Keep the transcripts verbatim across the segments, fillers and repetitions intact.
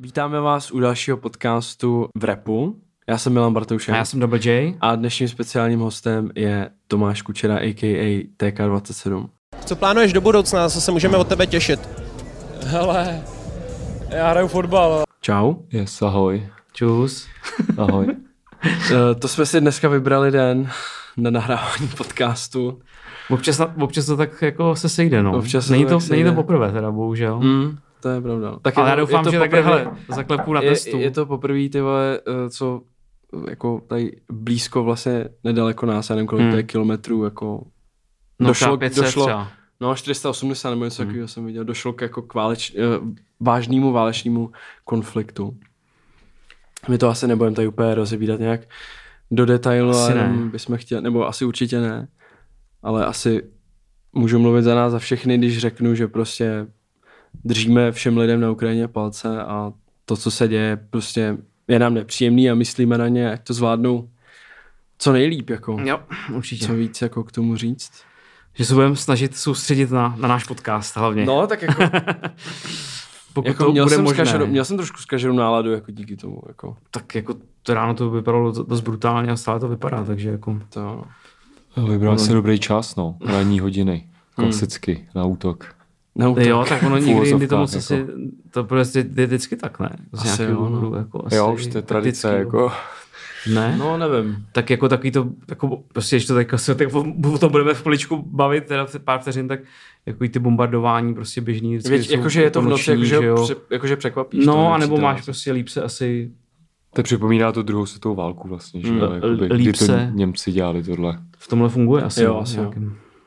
Vítáme vás u dalšího podcastu v rapu. Já jsem Milan Bartoušek. A já jsem Double J. A dnešním speciálním hostem je Tomáš Kučera, a k a. T K dvacet sedm. Co plánuješ do budoucna, co se můžeme od tebe těšit? Hele, já hraju fotbal. Čau. Yes, ahoj. Čus. Ahoj. uh, to jsme si dneska vybrali den na nahrávání podcastu. Občas, občas to tak jako se sejde, no. Občas není to, to, sejde. není to poprvé teda, bohužel. Mm, to je pravda. Tak ale je já to, doufám, je to že poprvé, takhle, hele, zaklepu na testu. Je, je to poprvé, ty vole, co jako tady blízko vlastně nedaleko nás, já nevím, kolik hmm. to je kilometrů, jako no, došlo, pět set došlo, třeba. No, čtyři sta osmdesát nebo něco takového hmm. jsem viděl, došlo k jako k váleč, vážnému válečnému konfliktu. My to asi nebudeme tady úplně rozebírat nějak do detailu, ale bychom chtěli, nebo asi určitě ne, ale asi můžu mluvit za nás za všechny, když řeknu, že prostě držíme všem lidem na Ukrajině palce a to, co se děje, prostě je nám nepříjemný a myslíme na ně, ať to zvládnou co nejlíp, jako. Jo, určitě. Co víc, jako k tomu říct. Že se budeme snažit soustředit na, na náš podcast hlavně. No, tak jako... Pokud jako to měl, bude jsem možné. zkaženou, měl jsem trošku zkaženou náladu, jako díky tomu, jako. Tak jako to ráno to vypadalo dost brutálně a stále to vypadá, takže jako... To... Vybral si dobrý čas, no. Ranní hodiny. Klasicky, hmm. na útok. Na útok. Jo, tak ono nikdy jindy to moc jako. asi... To prostě je vždycky tak, ne? Z asi jo, důvodu, no. jako asi jo, už to je tradice, taktický, jako... Ne? No, nevím. Tak jako takový to, jako prostě, když to tak, tak o tom budeme v poličku bavit, teda pár vteřin, tak jako ty bombardování prostě běžný. Věď, jakože je to v noci, jakože, pře, jakože překvapíš. No, to, anebo máš to prostě líp se asi... To připomíná tu druhou světovou válku vlastně, že? Mm, Jakoby, líp kdy to se. Němci dělali tohle. V tomhle funguje asi. Jo, no, asi nějakým... jo.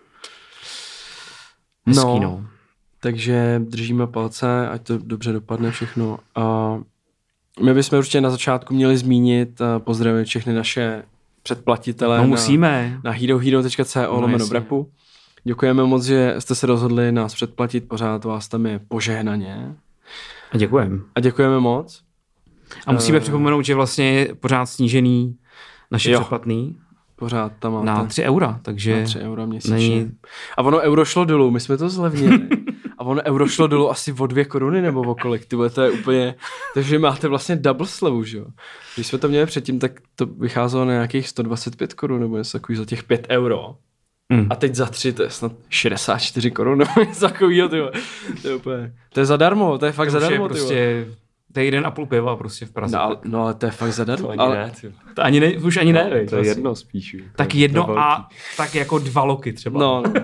Hezký, no, no. Takže držíme palce, ať to dobře dopadne všechno. A my bychom určitě na začátku měli zmínit a pozdravit všechny naše předplatitele. No musíme. Na, na herohero tečka co lomeno brapu. Děkujeme moc, že jste se rozhodli nás předplatit, pořád vás tam je požehnaně. A děkujeme. A děkujeme moc. A musíme uh, připomenout, že vlastně je pořád snížený naše jo. předplatný. Pořád tam máte. Na tři eura, takže... Na tři eura měsíčně. Není... A ono euro šlo dolů, my jsme to zlevnili. A ono euro šlo dolů asi o dvě koruny nebo o kolik, ty to je úplně... Takže máte vlastně double slevu, že jo. Když jsme to měli předtím, tak to vycházelo na nějakých sto dvacet pět korun nebo něco takový za těch pět euro. Mm. A teď za tři, to je snad šedesát čtyři korun nebo něco takovýho, ty to je úplně... To je zadarmo, to je fakt to zadarmo, je prostě... To je jeden a půl piva prostě v Praze. No, ale, no ale to je fakt zadarmo. To ani ale... ne, ty. To ani ne, už ani ne, no, to je asi. jedno spíš. Tak jedno a tak jako dva loky třeba. No, no.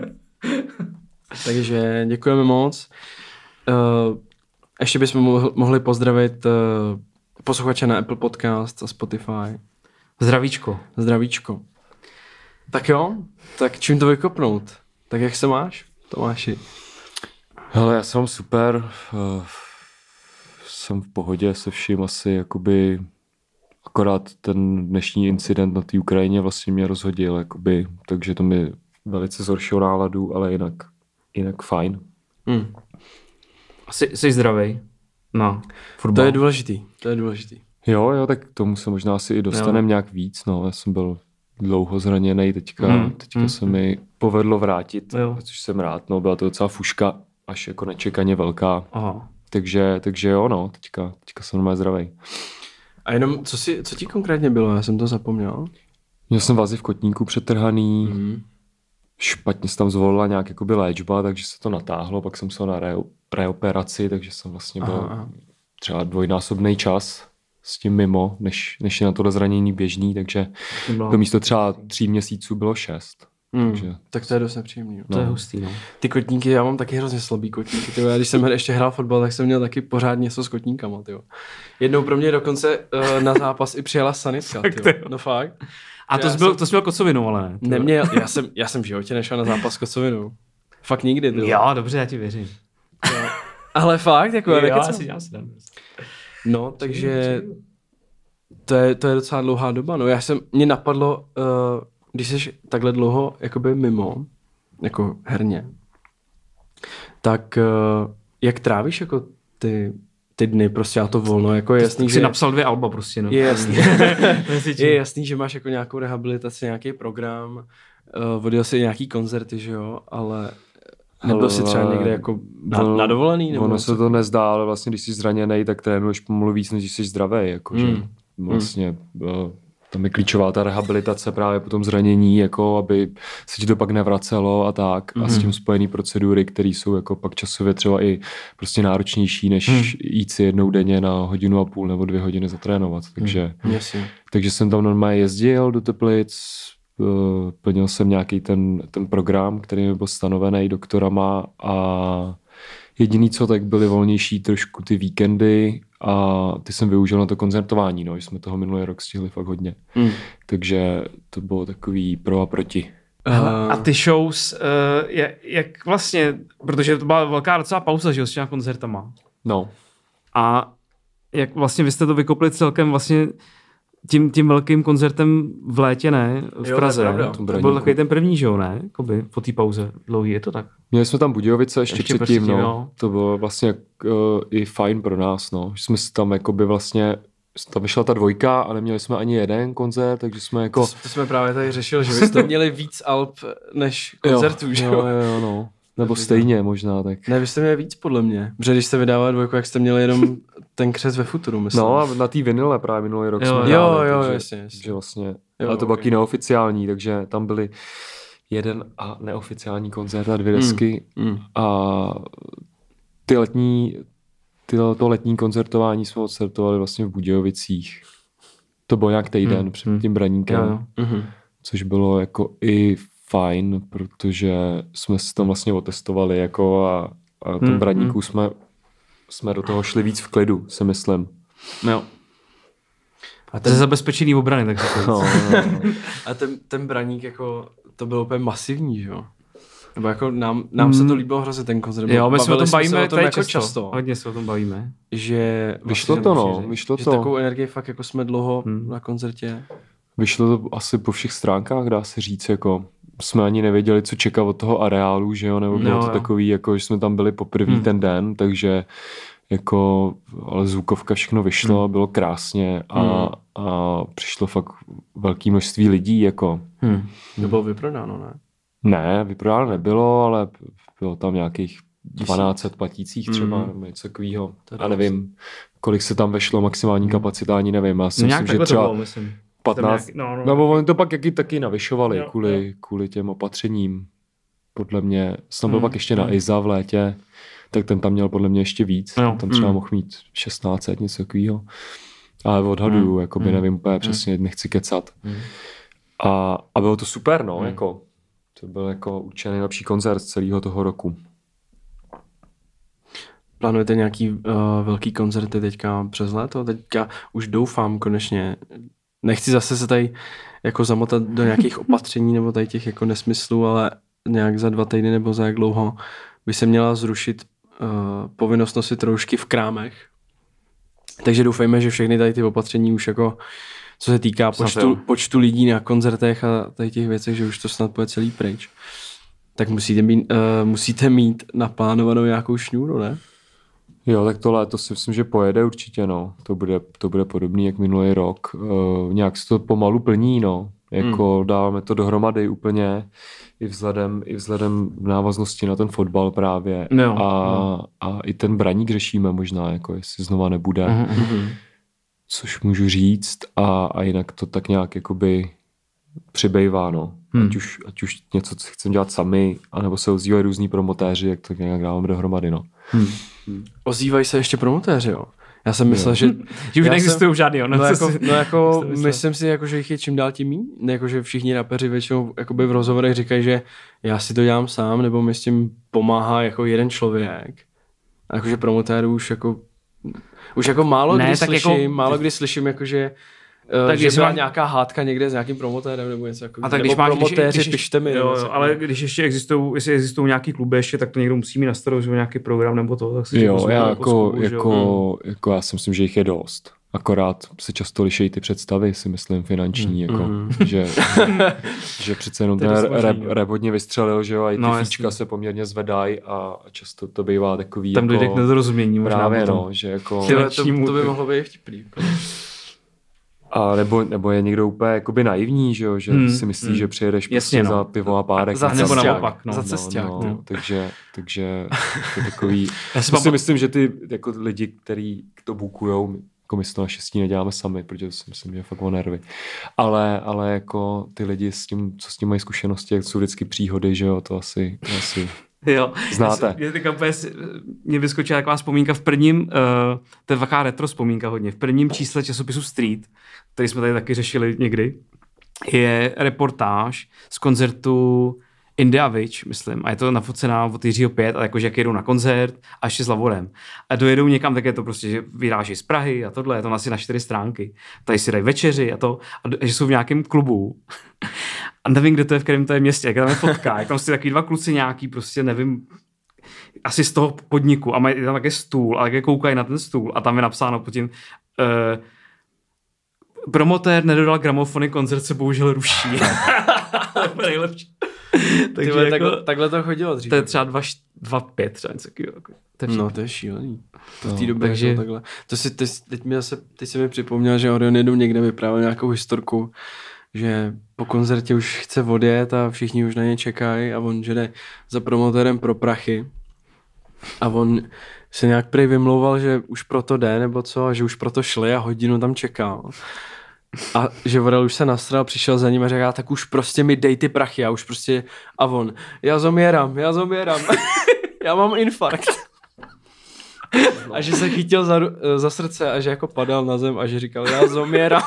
Takže děkujeme moc. Uh, ještě bychom mohli pozdravit uh, posluchače na Apple Podcast a Spotify. Zdravíčko. Zdravíčko. Tak jo, tak čím to vykopnout? Tak jak se máš, Tomáši? Hele, já jsem super. Uh, jsem v pohodě se vším asi, jakoby akorát ten dnešní incident na té Ukrajině vlastně mě rozhodil, jakoby, takže to mi velice zhoršilo náladu, ale jinak, jinak fajn. Hmm. Jsi, jsi zdravej? No, fotbal. To je důležitý, to je důležitý. Jo, jo, tak k tomu se možná asi i dostaneme nějak víc, no, já jsem byl dlouho zraněnej, teďka, hmm. teďka hmm. se mi povedlo vrátit, jo. Což jsem rád, no, byla to docela fuška, až jako nečekaně velká. Aha. Takže, takže jo, no, teďka, teďka jsem normálně zdravej. A jenom, co, si, co ti konkrétně bylo? Já jsem to zapomněl. Měl jsem vazy v kotníku přetrhaný, mm. špatně se tam zvolila nějak jakoby léčba, takže se to natáhlo, pak jsem se na re, reoperaci, takže jsem vlastně byl aha. třeba dvojnásobný čas s tím mimo, než, než je na tohle zranění běžný, takže to místo třeba tří měsíců bylo šest. Hmm, takže... Tak to je dost nepříjemný. No. To je hustý, no. Ty kotníky, já mám taky hrozně slabý kotníky. Tyjo. Já když jsem ještě hrál fotbal, tak jsem měl taky pořád něco s kotníkama. Tyjo. Jednou pro mě dokonce uh, na zápas i přijela sanitka. No fakt. A to jsi byl, jsem... to jsi byl kocovinou, ale ne? Neměl, já jsem, já jsem v životě nešel na zápas s kocovinou. Fakt nikdy. Tyjo. Jo, dobře, já ti věřím. Ale fakt, jako... Jo, já si, já si dám. No, takže... To je, to je docela dlouhá doba. No, já jsem, mě napadlo... Uh, když jsi takhle dlouho jakoby mimo, jako herně, tak uh, jak trávíš jako ty, ty dny, prostě a to volno, jako je jasný, tak že... jsi napsal dvě alba prostě, no. Je jasný, je jasný, že máš jako nějakou rehabilitaci, nějaký program, uh, odjel si nějaký koncerty, že jo, ale Nebyl jsi třeba někde jako na, on, na dovolený? Nebo ono něco? se to nezdá, ale vlastně když jsi zraněnej, tak trénuješ pomalu víc, než když jsi zdravý. Jakože Mm. vlastně mm. tam je klíčová ta rehabilitace právě po tom zranění, jako aby se ti to pak nevracelo a tak. Mm. A s tím spojený procedury, které jsou jako pak časově třeba i prostě náročnější, než mm. jít si jednou denně na hodinu a půl nebo dvě hodiny zatrénovat. Takže, Mm. Jasně. takže jsem tam normálně jezdil do Teplic, plnil jsem nějaký ten, ten program, který mi byl stanovený doktorama a jediný co, tak byly volnější trošku ty víkendy a ty jsem využil na to koncertování, no, že jsme toho minulý rok stihli fakt hodně. Mm. Takže to bylo takový pro a proti. Hele, a ty shows, uh, jak, jak vlastně, protože to byla velká docela pauza, že jo, s těma koncertama. No. A jak vlastně vy jste to vykopli celkem vlastně tím, tím velkým koncertem v létě, ne? V jo, Praze. To, to byl takový ten první show, ne? Koby, po té pauze dlouhý, je to tak? Měli jsme tam Budějovice ještě, ještě předtím, no. no. To bylo vlastně uh, i fajn pro nás, no. Že jsme tam jakoby vlastně, tam vyšla ta dvojka a neměli jsme ani jeden koncert, takže jsme jako... To, to jsme právě tady řešili, že vy jste měli víc alb než koncertů, jo, že jo? Jo, jo, no. Nebo stejně možná, tak. Ne, vy jste měli víc podle mě. Protože když jste vydávali dvojku, jak jste měli jenom ten křes ve futuru, myslím. No a na té vinyle právě minulý rok jo, jsme jo, dáli, jo, takže, jasně, jasně. takže vlastně, jo, ale to bylo okay. taky neoficiální, takže tam byly jeden a neoficiální koncert a dvě desky mm, mm. a ty letní, ty, to letní koncertování jsme odstartovali vlastně v Budějovicích. To bylo nějak týden mm, před mm. tím Braníkem, jo, jo. Mm-hmm. což bylo jako i fajn, protože jsme si tam vlastně otestovali jako a, a tom mm, Braníku mm. jsme, jsme do toho šli víc v klidu, si myslím. Jo. A ten... Ze zabezpečený obrany, tak říkajíc. No, no, no. A ten, ten Braník jako, to bylo úplně masivní, že jo? Nebo jako nám, nám mm. se to líbilo hrozně ten koncert. Jo, my se o tom bavíme o tom tady jako často. často. Hodně se o tom bavíme. Že vyšlo vlastně, to, no. Vyšlo že to. takovou energii fakt jako jsme dlouho hmm. na koncertě. Vyšlo to asi po všech stránkách, dá se říct, jako jsme ani nevěděli, co čekat od toho areálu, že jo, nebo bylo no, to jo. takový, jako že jsme tam byli poprvé hmm. ten den, takže jako, ale zvukovka všechno vyšlo, hmm. bylo krásně a, hmm. a přišlo fakt velké množství lidí, jako. Hmm. To bylo vyprodáno, ne? Ne, vyprodáno nebylo, ale bylo tam nějakých dvanáct set platících třeba, hmm. nebo něco takového. A nevím, kolik se tam vešlo, maximální hmm. kapacita, ani nevím. Já si no myslím, že třeba bylo, myslím. patnáct, nějaký, no, no, nebo oni to pak taky, taky navyšovali jo, kvůli, jo. kvůli těm opatřením. Podle mě, jsem byl hmm. pak ještě na hmm. I Z A v létě, tak ten tam měl podle mě ještě víc. Jo. Tam třeba hmm. mohl mít šestnáct set, něco takového. Ale odhaduju, hmm. jakoby hmm. nevím úplně přesně, hmm. nechci kecat. Hmm. A, a bylo to super, no, hmm. jako. To byl jako určitě nejlepší koncert celého toho roku. Plánujete nějaký uh, velký koncerty teďka přes léto? Teďka už doufám konečně. Nechci zase se tady jako zamotat do nějakých opatření nebo tady těch jako nesmyslů, ale nějak za dva týdny nebo za jak dlouho by se měla zrušit uh, povinnost nosit roušky v krámech. Takže doufejme, že všechny tady ty opatření už jako co se týká počtu, počtu lidí na koncertech a tady těch věcech, že už to snad půjde celý pryč. Tak musíte mít, uh, musíte mít naplánovanou nějakou šňůru, ne? Jo, tak to léto si myslím, že pojede určitě, no. To bude, to bude podobný jak minulý rok. Uh, nějak se to pomalu plní, no. Jako hmm. dáváme to dohromady úplně i vzhledem, i vzhledem v návaznosti na ten fotbal právě. No, a, no. a i ten Braník řešíme možná, jako jestli znova nebude. Mm-hmm. Což můžu říct a, a jinak to tak nějak jakoby přibývá, no. Hmm. Ať, už, ať už něco, co chceme dělat sami, anebo se ozývají různý promotéři, jak to nějak dáváme dohromady, no. Hmm. Hmm. Ozývají se ještě promotéři, jo? Já jsem myslel, že... že už neexistují žádný, jo? No, no jako, no jako myslím si, jako, že jich je čím dál tím míň. Jako, že všichni rapeři většinou jakoby v rozhovorech říkají, že já si to dělám sám, nebo mi s tím pomáhá jako jeden člověk. A jakože promotérů už jako... Už jako málo ne, kdy slyším, jako... málo kdy slyším, jakože tak že byla má... nějaká hádka někde s nějakým promotérem nebo něco jako. A tak když máš promotéři, když, když, pište mi. Jo, něco, ale když ještě existují, jestli existují nějaký kluby ještě, tak to někdo musí mít na starost, nějaký program nebo to, tak si jo, já jako, zkubu, jako, jako já si myslím, že jich je dost. Akorát se často lišejí ty představy, si myslím, finanční, mm. jako, mm. Že, že přece jenom ten rap, rap hodně vystřelil, že jo, a i ty no, fíčka se poměrně zvedají a často to bývá takový tam jako... dojde k nedorozumění možná právě, potom. no, že jako... Tyhle, to, to by mohlo být vtipný. A nebo, nebo je někdo úplně jakoby naivní, že, jo? Že hmm. si myslí, hmm. že přijedeš Jasně, prostě no. za pivo a párek. Za nebo cesták. naopak, no. Za cesták, no, no. no. Takže, takže to je takový... Já si, si papu... myslím, že ty jako lidi, kteří to bukujou, jako my si to naštěstí neděláme sami, protože si myslím, že je fakt o nervy. Ale, ale jako ty lidi, s tím, co s tím mají zkušenosti, jsou vždycky příhody, že jo, to asi... To asi... Jo. Znáte. Mě, mě vyskočila taková vzpomínka v prvním, uh, to je taková retro vzpomínka hodně, v prvním čísle časopisu Street, který jsme tady taky řešili někdy, je reportáž z koncertu India Witch, myslím, a je to nafocená od Jiřího pět, a jakože jak jedou na koncert a ještě s Lavorem. A dojedou někam, tak je to prostě, že vyráží z Prahy a tohle, je to asi na čtyři stránky. Tady si dají večeři a to, a že jsou v nějakém klubu. A nevím, kde to je, v kterém to je městě, jak tam je fotka, jak tam si takový dva kluci nějaký, prostě nevím, asi z toho podniku a mají tam také stůl a také koukají na ten stůl a tam je napsáno pod tím uh, promotér nedodal gramofony, koncert se bohužel ruší. To je nejlepší. Takže Tyhle, jako, takhle, takhle to chodilo dřív. to je třeba dva pět třeba něco takového. To no, to je šílený. To v té No, době takže- takže... takhle. To si, teď, teď mi zase, teď si mi připomněl, že Orion jednou někde vyprávěl nějakou historku, že po koncertě už chce odjet a všichni už na ně čekají a on že jde za promotérem pro prachy a on se nějak prej vymlouval, že už proto jde nebo co a že už proto šli a hodinu tam čekal. A že Vorel už se nasral, přišel za ním a říká, tak už prostě mi dej ty prachy a už prostě a on, já zomírám, já zomírám, já mám infarkt. A že se chytil za, za srdce a že jako padal na zem a že říkal, já zomírám.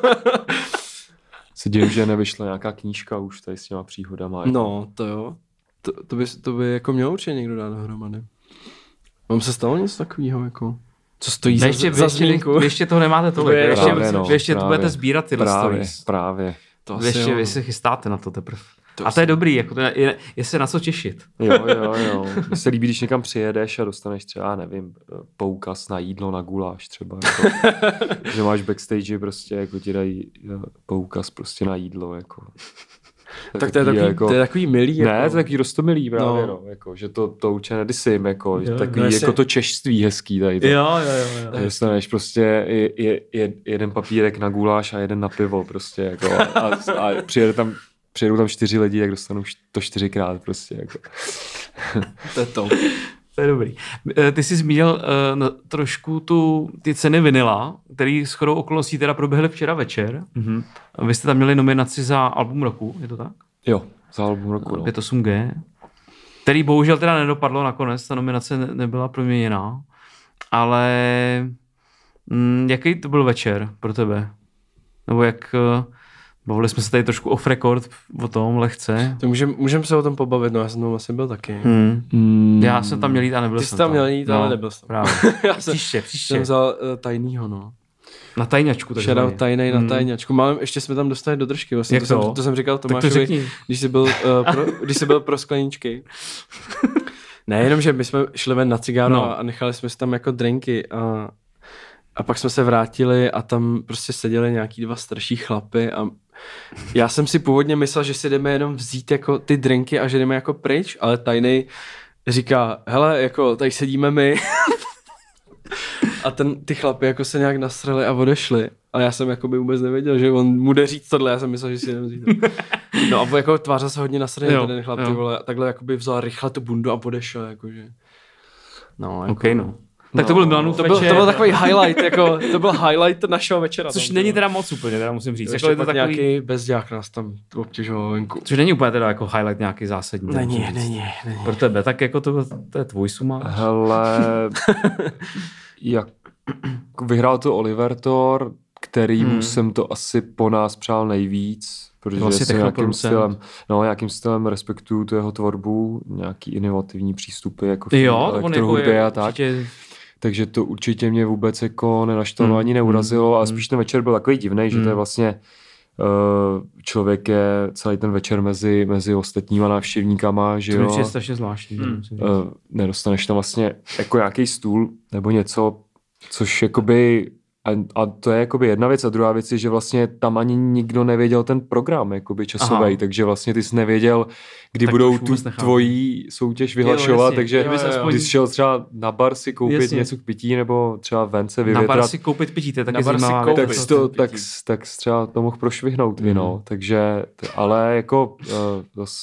Se divím, že nevyšla nějaká knížka už tady s těma příhodama. No, to jo. To, to, by, to by jako měl určitě někdo dát dohromady. Vám se stalo něco takového, jako, co stojí za, ještě, za ještě, zmínku? vy ještě to nemáte tolik. Vy Vy ještě, právě, no, vy ještě to právě. budete sbírat tyhle Právě, stories. právě. To Vy asi ještě jo. vy se chystáte na to teprve. To A to je asi- dobrý, jako to je, je, je se na co těšit. Jo, jo, jo. Mně se líbí, když někam přijedeš a dostaneš třeba, nevím, poukaz na jídlo, na guláš třeba. Jako, že máš backstage, prostě jako ti dají poukaz prostě na jídlo. Jako. Tak to je takový, jako, to je takový milý. ne, jako. to je takový rostomilý právě, No. no. jako, že to, to určitě nedysím, jako, Jo, takový, no jako jestli- to češství hezký tady. To. Jo, jo, jo. jo. Dostaneš prostě je, je, je, jeden papírek na guláš a jeden na pivo prostě, jako, a, a přijede tam, přijedou tam čtyři lidi, jak dostanou to čtyřikrát prostě, jako. To je to. To je dobrý. Eh, Ty jsi zmínil uh, no, trošku tu, ty ceny vinila, který shodou okolností teda proběhly včera večer. Mm-hmm. Vy jste tam měli nominaci za album roku, je to tak? Jo, za album roku, no. pět osm G. Který bohužel teda nedopadlo nakonec, ta nominace ne- nebyla proměněná. Ale mm, jaký to byl večer pro tebe? Nebo jak... Uh, bavili jsme se tady trošku off record o tom lehce. To můžeme můžem se o tom pobavit, no já jsem tam asi byl taky. Hmm. Mm, Já jsem tam měl jít a nebyl Ty jsem jsi tam měl jít, ale nebyl jsem. Právě. Já jsem, Příště, příště. jsem vzal uh, tajnýho, no. Na tajňačku. takzvaně. Shoutout tajnej na Hmm. tajňačku. Máme, ještě jsme tam dostali do držky, vlastně. Jak to, to? Jsem, to jsem říkal Tak to Tomášovi, řekni. když jsi byl, uh, pro, když jsi byl pro skleničky. Ne, jenom, že my jsme šli ven na cigáro No. no. a nechali jsme si tam jako drinky a, a pak jsme se vrátili a tam prostě seděli nějaký dva starší chlapy a já jsem si původně myslel, že si jdeme jenom vzít jako ty drinky a že jdeme jako pryč, ale tajnej říká, hele, jako tady sedíme my a ten, ty chlapy jako se nějak nasrali a odešli. Ale já jsem jako by vůbec nevěděl, že on mu jde říct tohle, já jsem myslel, že si jdem vzít. No a jako tvářil se hodně nasrali Jo, ten chlap, jo. ty vole, a takhle jako by vzal rychle tu bundu a odešel, jakože. No, jako, OK, no. Tak to byl Milanův to byl, večer. to byl takový highlight, jako, to byl highlight našeho večera. Což tam, není jo. teda moc úplně, teda musím říct. Ještě Jako je pak to takový, nějaký bezďák nás tam obtěžoval venku. což není úplně teda jako highlight nějaký zásadní. teda Není, musím říct. není, není. Pro tebe, tak jako to, to je tvůj suma. hele, jak vyhrál to Oliver Thor, kterýmu Hmm. jsem to asi po nás přál nejvíc, protože Vlastně jsem nějakým technoproducent. stylem, no, nějakým stylem respektuju tu jeho tvorbu, nějaký inovativní přístupy, jako v té Jo, to on jako elektrohudbě je a tak. určitě... Takže to určitě mě vůbec jako nenaštvalo Hmm. ani neurazilo, ale Hmm. spíš ten večer byl takový divnej, že to je Hmm. vlastně uh, člověk je celý ten večer mezi, mezi ostatníma návštěvníkama, že To mi jo. přijde strašně zvláštní. Hmm. musím říct. Uh, nedostaneš tam vlastně jako nějaký stůl nebo něco, což jakoby A, a to je jakoby jedna věc a druhá věc je, že vlastně tam ani nikdo nevěděl ten program jakoby časový, takže vlastně ty jsi nevěděl, kdy tak budou tu tvojí soutěž vyhlašovat, jo, takže jo, jo, jo. Ty jsi šel třeba na bar si koupit jasně. něco k pití nebo třeba ven se vyvětrat. Na bar si koupit pití, to je taky zajímavá věc. Tak, to, tak, tak třeba to mohl prošvihnout, mm. no, takže, ale jako zas,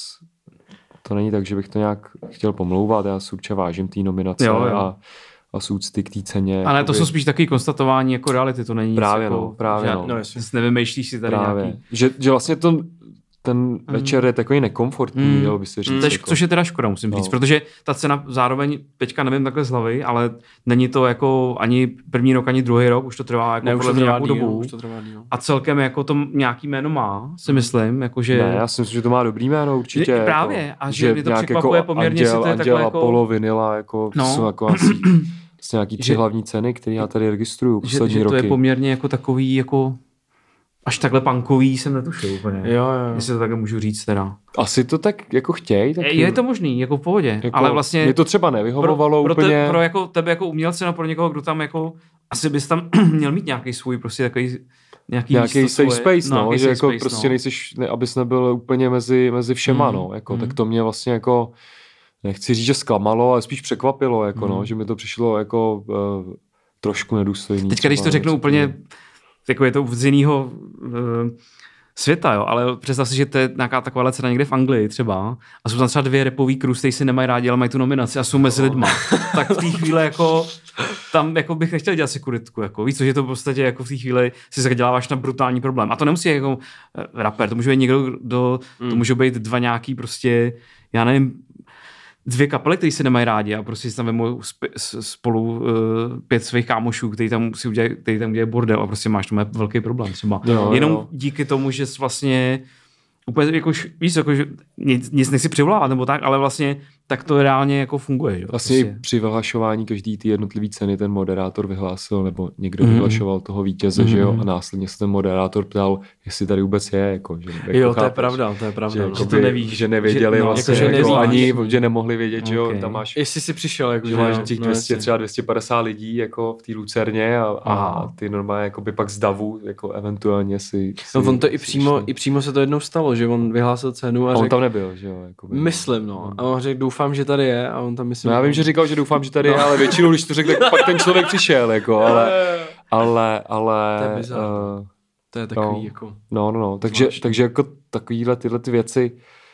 to není tak, že bych to nějak chtěl pomlouvat, já si určitě vážím té nominace jo, jo. a a z úcty k té ceně. Ale to jsou spíš takový konstatování jako reality, to není právě nic no, jako, právě že, no. no nevymýšlíš si tady právě. nějaký. Že, že vlastně to, ten mm. večer je takový nekomfortní, mm. jo, by se říct. Mm. Jako. Což je teda škoda, musím no. říct, protože ta cena zároveň, teďka nevím takhle z hlavy, ale není to jako ani první rok, ani druhý rok, už to trvá jako ne, podle mě nějakou díl, dobu. To trvá díl. A celkem jako to nějaký jméno má, si myslím. Jako, že... Ne, já si myslím, že to má dobrý jméno určitě. Je, právě, jako, a že mě to překvapuje jako poměrně, Anděl, si to je Anděl, takhle jako... Apollo, Vinila, jako no. jsou jako asi vlastně nějaký tři že, hlavní ceny, které já tady registruju poslední že, že roky. Že to je poměrně jako takový jako až takhle punkový jsem netušil úplně. Jo, jo. Jestli to takhle můžu říct teda. Asi to tak jako chtěj. Tak je to možný, jako v pohodě. Jako, ale vlastně... Mě to třeba nevyhovovalo pro, úplně. Pro, te, pro jako tebe jako umělce, no pro někoho, kdo tam jako... Asi bys tam měl mít nějaký svůj prostě takový... Nějaký, nějaký safe svoje, space, no, no že jako space, prostě no. nejsiš, ne, abys nebyl úplně mezi, mezi všema, mm. no, jako, mm. tak to mě vlastně jako, nechci říct, že zklamalo, ale spíš překvapilo, jako, mm. no, že mi to přišlo jako uh, trošku nedůstojný. Teďka, když to řeknu úplně, jako je to z jinýho uh, světa, jo, ale představ si, že to je nějaká taková cena někde v Anglii třeba a jsou tam třeba dvě rapový crew, kteří si nemají rádi, ale mají tu nominaci a jsou mezi lidma. Tak v té chvíli jako tam jako bych nechtěl dělat sekuritku, jako víš, že to v podstatě jako v té chvíli si zaděláváš na brutální problém. A to nemusí jako rapper, to může být někdo, kdo, mm. to můžou být dva nějaký prostě, já nevím, dvě kapely, které se nemají rádi a prostě si tam vemou spolu uh, pět svých kámošů, který tam si udělají, který tam udělají bordel a prostě máš tam velký problém třeba. Jo, Jenom jo. díky tomu, že jsi vlastně úplně jako, víš, jako, že nic, nic nechci přivolávat nebo tak, ale vlastně tak to reálně jako funguje. Jo? Vlastně prostě. při vyhlašování každý ty jednotlivý ceny ten moderátor vyhlásil, nebo někdo mm. vyhlašoval toho vítěze, mm. že jo, a následně se ten moderátor ptal, jestli tady vůbec je, jako, že jako jo, chápeš, to je pravda, to je pravda. Že, no. že to nevíš, že nevěděli že, no, vlastně, jako, že, jako ani, že nemohli vědět, okay. že jo, tam máš, jestli jsi přišel, jako, že máš těch dvě stě, třeba dvě stě padesát lidí jako v té Lucerně a, a ty normálně jako by pak z davu, jako eventuálně si... No on to i přímo, i přímo se to jednou stalo, že on vyhlásil cenu a on tam nebyl, že jo. Myslím, no. A on řekl, doufám, že tady je. A on tam myslím, no já vím, že říkal, že doufám, že tady je, no. ale většinou, když to řekl, tak pak ten člověk přišel, jako, ale, ale, ale... To je bizár, uh, to je takový, no, jako... No, no, no, takže, takže jako takovýhle tyhle ty věci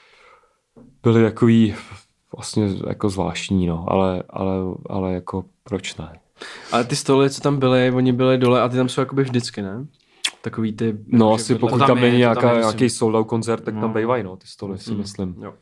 byly takový vlastně jako zvláštní, no, ale, ale, ale jako proč ne? Ale ty stoly, co tam byly, oni byli dole a ty tam jsou jakoby vždycky, ne? Takový ty... No asi pokud tam, tam není nějaká, nějaký sold out koncert, tak no. tam bývají, no, ty stoly, si mm. myslím. Jo.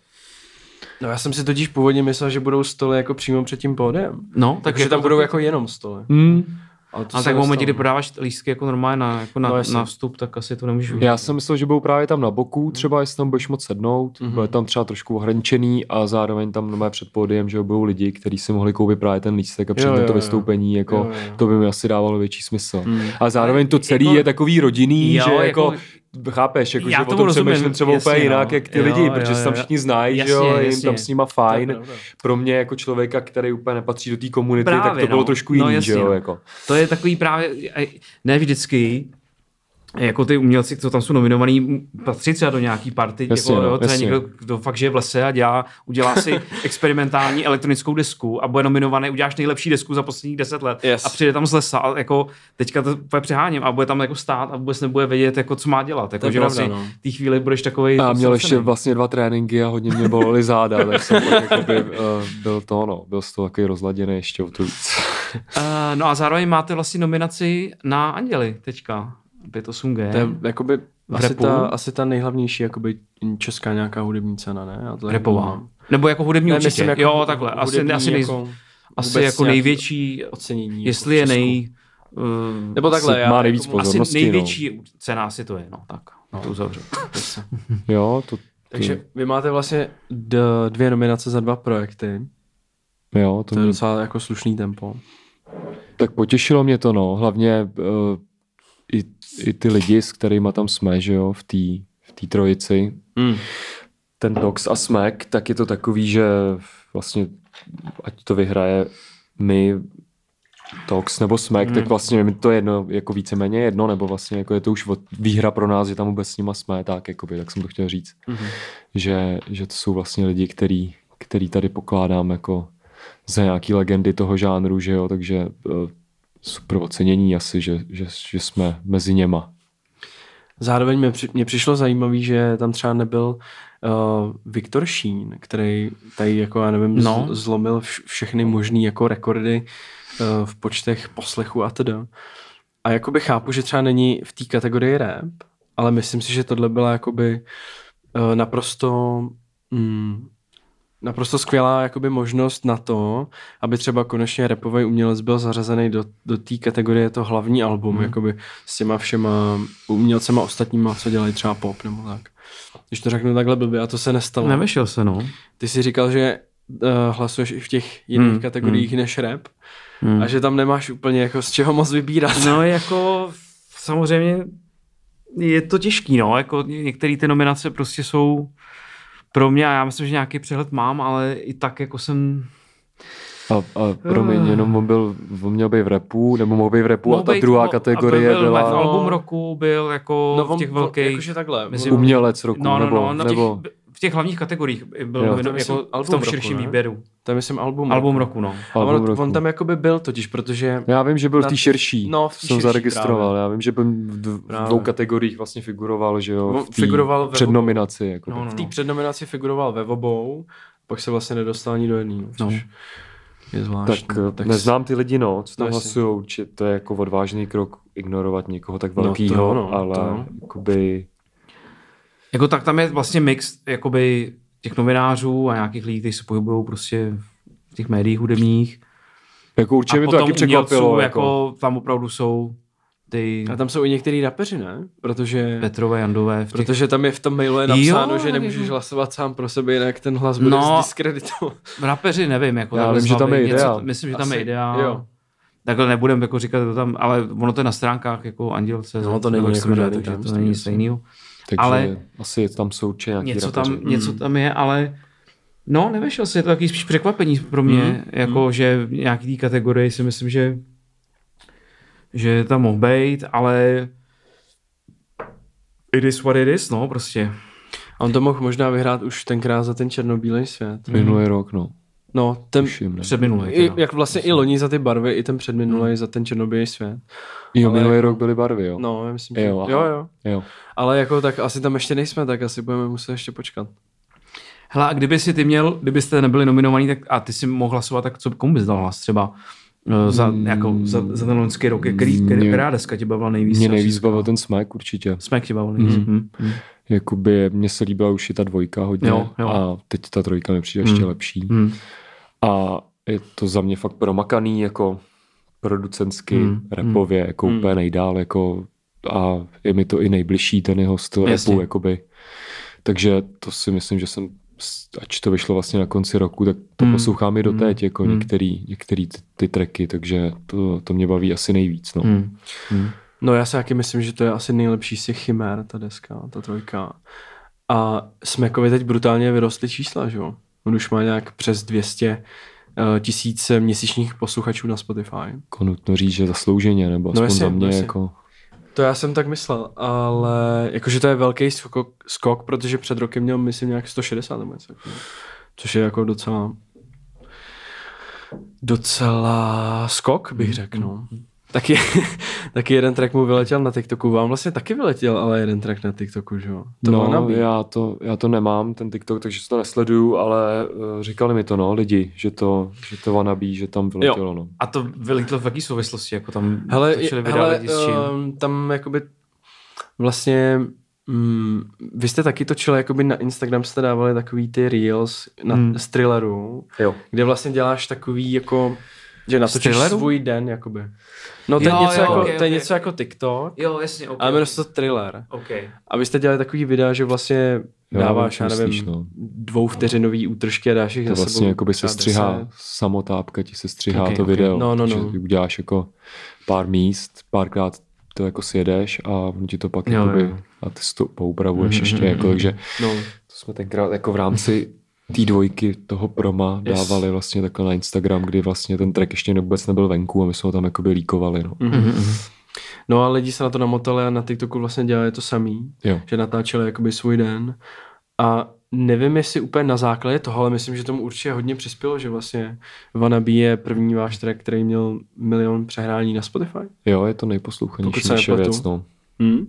No já jsem si totiž původně myslel, že budou stoly jako přímo před tím pódiem. No, takže tam to budou jako jenom stoly. Mm. Ale, ale tak v momentě, kdy prodáváš lístky jako normálně na, jako na, no, na vstup, tak asi to nemůžu. Já jsem myslel, že budou právě tam na boku, třeba jestli tam budeš moc sednout, mm-hmm. bude tam třeba trošku ohraničený a zároveň tam normálně před pódiem, že budou lidi, kteří si mohli koupit právě ten lístek a přijít to vystoupení, jako jo, jo. to by mi asi dávalo větší smysl. Mm. A zároveň to celé jako, je takový rodinný, jo, že jako, jako chápeš, jako, že o tom přemýšlím třeba úplně no. jinak, jak ty jo, lidi, jo, protože se tam všichni znají, že jo, jim tam s nima fajn. Pro mě jako člověka, který úplně nepatří do té komunity, tak to bylo trošku jiný, že jo, jako. To je takový právě, ne vždycky, jako ty umělci, co tam jsou nominovaný, patří třeba do nějaký party, jasně, jako, jo, třeba někdo, kdo fakt žije v lese a dělá, udělá si experimentální elektronickou desku a bude nominovaný, uděláš nejlepší desku za posledních deset let yes. a přijde tam z lesa a jako teďka to přeháním a bude tam jako stát a vůbec nebude vědět, jako, co má dělat. Jako, že vlastně no. v té chvíli budeš takovej... A měl ještě vlastně dva tréninky a hodně mě bolely záda, tak jsem tak jakoby, uh, byl to, no, byl z toho takový rozladěný ještě o to víc. uh, no a zároveň máte vlastně nominaci na Anděli teďka. pět osm G. To je jakoby asi ta, asi ta nejhlavnější jakoby česká nějaká hudební cena, ne? Repová. Nebo jako hudební ne, určitě. Jako jo, takhle. Asi, asi, nej, jako, asi jako největší ocenění. Jestli je nej... Uh, Nebo takhle. Já, má nejvíc pozornosti. Asi největší no. cena asi to je, no tak. No. To uzavřu. jo, to... Takže vy máte vlastně d- dvě nominace za dva projekty. Jo, to, to je mě... docela jako slušný tempo. Tak potěšilo mě to, no. Hlavně uh, i, i ty lidi, s kterými tam jsme, že jo, v té v té trojici. Mm. Ten Dox a Smek, tak je to takový, že vlastně ať to vyhraje my Tox nebo Smek, mm. tak vlastně mi to jedno, jako víceméně jedno, nebo vlastně jako je to už výhra pro nás, že tam vůbec s nima jsme, tak, jakoby, tak jsem to chtěl říct. Mm. Že, že to jsou vlastně lidi, který, který tady pokládám jako za nějaký legendy toho žánru, že jo, takže uh, super ocenění asi, že, že, že jsme mezi něma. Zároveň mě, při, mě přišlo zajímavý, že tam třeba nebyl uh, Viktor Šín, který tady, jako já nevím, no. zlomil vš, všechny možný jako rekordy uh, v počtech poslechů a teda. A jakoby chápu, že třeba není v té kategorii rap, ale myslím si, že tohle byla jakoby uh, naprosto mm, naprosto skvělá jakoby možnost na to, aby třeba konečně rapový umělec byl zařazený do, do té kategorie to hlavní album, mm. jakoby s těma všema umělcema ostatníma, co dělají třeba pop nebo tak. Když to řeknu takhle blbě, a to se nestalo. Nevyšel se, no. Ty jsi říkal, že uh, hlasuješ i v těch jiných mm. kategoriích mm. než rap mm. a že tam nemáš úplně jako z čeho moc vybírat. No jako samozřejmě je to těžký, no, jako některé ty nominace prostě jsou pro mě, a já myslím, že nějaký přehled mám, ale i tak jako jsem... A, a pro mě jenom on, byl, on měl být v rapu, nebo mohl být v rapu mohl a ta být, druhá kategorie byl, byla... V album roku byl jako no, v těch velkých... Jakože takhle. Mezi, umělec roku, no, no, nebo... No, no, nebo těch, v těch hlavních kategoriích byl jo, jenom jako v tom širším roku, výběru. To je myslím album, album roku. roku, no. Album on, roku. On tam jakoby byl totiž, protože... Já vím, že byl v té širší, no, v tý jsem širší zaregistroval. právě. Já vím, že byl v dvou kategoriích vlastně figuroval, že jo, v figuroval přednominaci. Jako no, no, v té přednominaci figuroval ve obou, pak se vlastně nedostal ani do jedný. No. Je zvláštní. Tak, tak neznám ty lidi, no, co tam hlasují, či to je jako odvážný krok ignorovat někoho tak velkýho, no, no, ale to. jakoby... Jako tak tam je vlastně mix jakoby těch novinářů a nějakých lidí, kteří se pohybují prostě v těch médiích hudebních. Jako určitě mi to taky překvapilo. Jako, jako tam opravdu jsou ty... A tam jsou i některý rapeři, ne? Protože... Petrové, Jandové. V těch... Protože tam je v tom mailu je napsáno, jo, že nemůžeš je... hlasovat sám pro sebe, jinak ten hlas bude no, zdiskreditován. Rapeři nevím, jako já vím, že tam je ideál. Něco, myslím, že tam Asi, je ideál. Jo. Takhle nebudem jako říkat to tam, ale ono to je na stránkách jako Anděl tečka cé zet. No to není jako žádný tam, to není nic stejného. Takže ale asi tam jsou určitě nějaký něco rapeři. tam, něco tam je, ale no nevyšel si, je to taky spíš překvapení pro mě, mm, jako mm. že v nějaký té kategorii si myslím, že že tam mohl být, ale it is what it is, no prostě. A on to mohl možná vyhrát už tenkrát za ten černobílej svět. Minulý mm. rok, no. No, ten předminulý. Jak vlastně i loni za ty barvy, i ten předminulý mm. za ten černobílej svět. Jo, ale minulý jako, rok byly barvy, jo. No, já myslím, že jo, jo, jo. jo. Ale jako tak asi tam ještě nejsme, tak asi budeme muset ještě počkat. Hele, a kdyby si ty měl, kdybyste nebyli nominovaní, tak a ty si mohl hlasovat, tak co, komu bys dal hlas třeba? Za, jako, za, za ten loňský rok, který, který, která deska tě bavila nejvíc? Mě nejvíc bavil ten Smek určitě. Smek tě bavil nejvíc. Mm. Mm. Jakoby mně se líbila už i ta dvojka hodně jo, jo. a teď ta trojka mi přijde mm. ještě lepší. Mm. A je to za mě fakt promakaný jako producentsky, mm. rapově, jako mm. úplně nejdál, jako a je mi to i nejbližší ten jeho styl rapu, jakoby. Takže to si myslím, že jsem ač to vyšlo vlastně na konci roku, tak to mm. poslouchám i doteď, jako mm. některý, některý ty, ty tracky, takže to, to mě baví asi nejvíc. No. Mm. Mm. No já si taky myslím, že to je asi nejlepší z těch chimér, ta deska, ta trojka. A Smekovi teď brutálně vyrostly čísla, že jo? On už má nějak přes dvě stě tisíc měsíčních posluchačů na Spotify. Jako nutno říct, že zaslouženě, nebo aspoň no jasně, za mě jasně. jako... To já jsem tak myslel, ale jakože to je velký skok, skok, protože před rokem měl, myslím, nějak sto šedesát nebo něco. Což je jako docela docela skok, bych řekl, no. Taky, taky jeden track mu vyletěl na TikToku, vám vlastně taky vyletěl, ale jeden track na TikToku, že jo? To no, já to, já to nemám, ten TikTok, takže to nesleduju, ale uh, říkali mi to, no, lidi, že to, že to wannabe, že tam vyletělo, jo. No. A to vyletělo v jaký souvislosti, jako tam hele, začali vydávat lidi s čím? Uh, tam jakoby vlastně mm, vy jste taky točili, jakoby na Instagram jste dávali takový ty reels na, hmm. z thrilleru, jo. Kde vlastně děláš takový jako... Že natočíš svůj den, jakoby. No to je, jo, něco, jo, jako, okay, to je okay. něco jako TikTok, jo, jasně, okay, ale jmenuje se to thriller. Okay. A vy jste dělali takový videa, že vlastně jo, dáváš, já nevím, no. dvouvteřinový útržky a dáš jich to za vlastně sebou. Jakoby se střihá, samotápka ti se střihá okay, to okay. video. No, no, no. Že uděláš jako pár míst, párkrát to jako sjedeš a on ti to pak jo, jakoby, jo. a ty to poupravuješ mm-hmm. ještě, jako, takže no. to jsme tenkrát jako v rámci té dvojky toho Proma Yes. dávali vlastně takhle na Instagram, kdy vlastně ten track ještě vůbec nebyl venku a my jsme ho tam jakoby líkovali. No. Mm-hmm. No a lidi se na to namotali a na TikToku vlastně dělali to samý, Jo. že natáčeli jakoby svůj den a nevím, jestli úplně na základě toho, ale myslím, že tomu určitě hodně přispělo, že vlastně Wannabe je první váš track, který měl milion přehrání na Spotify. Jo, je to Pokud nejposlouchanější se naše nepletu. věc. No. Hmm?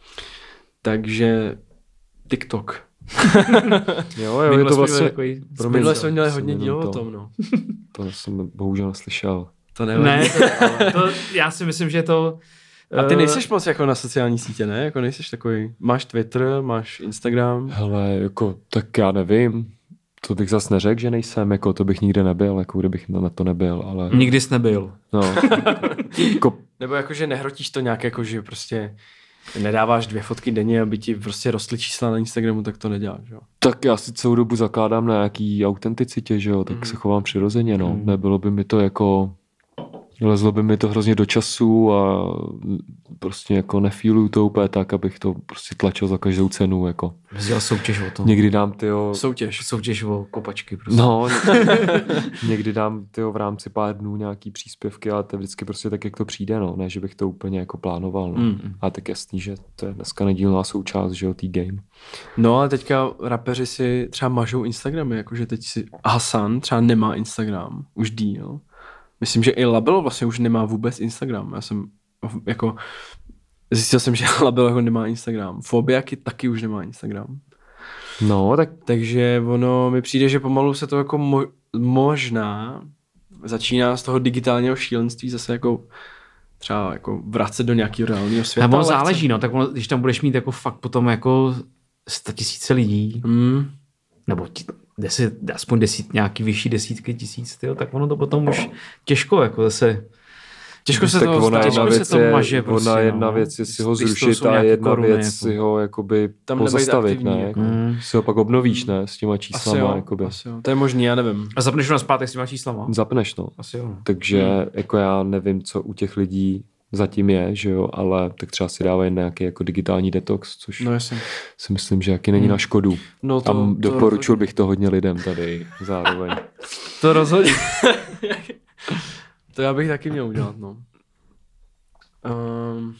Takže TikTok. Jo, jo, je Minule to jsme vlastně... měli takový... Promiň, Minule to- jsme měli jsem hodně jenom díl o to- tom, no. To jsem bohužel neslyšel. To nevadí. Ne, to, to, já si myslím, že to... A ty eh, nejseš moc jako na sociální sítě, ne? Jako nejseš takový, máš Twitter, máš Instagram. Hele, jako, tak já nevím. To bych zas neřekl, že nejsem, jako to bych nikde nebyl, jako kdybych na to nebyl, ale... Nikdy jsi nebyl. No, jako, Nebo jako, že nehrotíš to nějak jako, že prostě nedáváš dvě fotky denně, aby ti prostě rostly čísla na Instagramu, tak to neděláš, jo? tak já si celou dobu zakládám na nějaký autenticitě, že jo, tak Mhm. se chovám přirozeně, no. Nebylo by mi to jako... Lezlo by mi to hrozně do času a prostě jako nefíluju to úplně tak, abych to prostě tlačil za každou cenu, jako. Dělal soutěž o to. Někdy dám, tyjo... Soutěž. Soutěž o kopačky prostě. No, někdy dám tyjo, v rámci pár dnů nějaký příspěvky, ale to je vždycky prostě tak, jak to přijde, no. Ne, že bych to úplně jako plánoval, no. Mm. A tak jasný, že to je dneska nedílná součást, že jo, tý game. No ale teďka rapeři si třeba mažou Instagramy, jakože teď si Hasan třeba nemá Instagram, už díl. Myslím, že i Label vlastně už nemá vůbec Instagram. Já jsem jako zjistil jsem, že Label jako nemá Instagram. Fobiaky taky už nemá Instagram. No, tak Takže ono mi přijde, že pomalu se to jako mo- možná začíná z toho digitálního šílenství zase jako třeba jako vracet do nějakého reálného světa. A ono ale záleží, chce- no, tak ono, když tam budeš mít jako fakt potom jako sto tisíce lidí, Hmm. nebo ti, deset, aspoň desít, nějaký vyšší desítky tisíc, tyjo, tak ono to potom už těžko jako zase... Těžko se tak to ona těžko jedna se věc to je, maže prostě, ona jedna no. věc je si ho Spíš to zrušit jsou a nějaký jedna koruny, věc jako. si ho jakoby Tam nebejt pozastavit, aktivní, ne? jako. Mm. Si ho pak obnovíš, ne? S těma Asi číslama, jo, jakoby. asi jo. To je možný, já nevím. A zapneš ho na zpátek s těma číslama? Zapneš, no. Asi jo. No. Takže Hmm. jako já nevím, co u těch lidí zatím je, že jo, ale tak třeba si dávají nějaký jako digitální detox, což No jasně. si myslím, že jaký není na škodu. No To, to, a to doporučil bych to hodně lidem tady zároveň. To rozhodně. To já bych taky měl udělat, no. Um,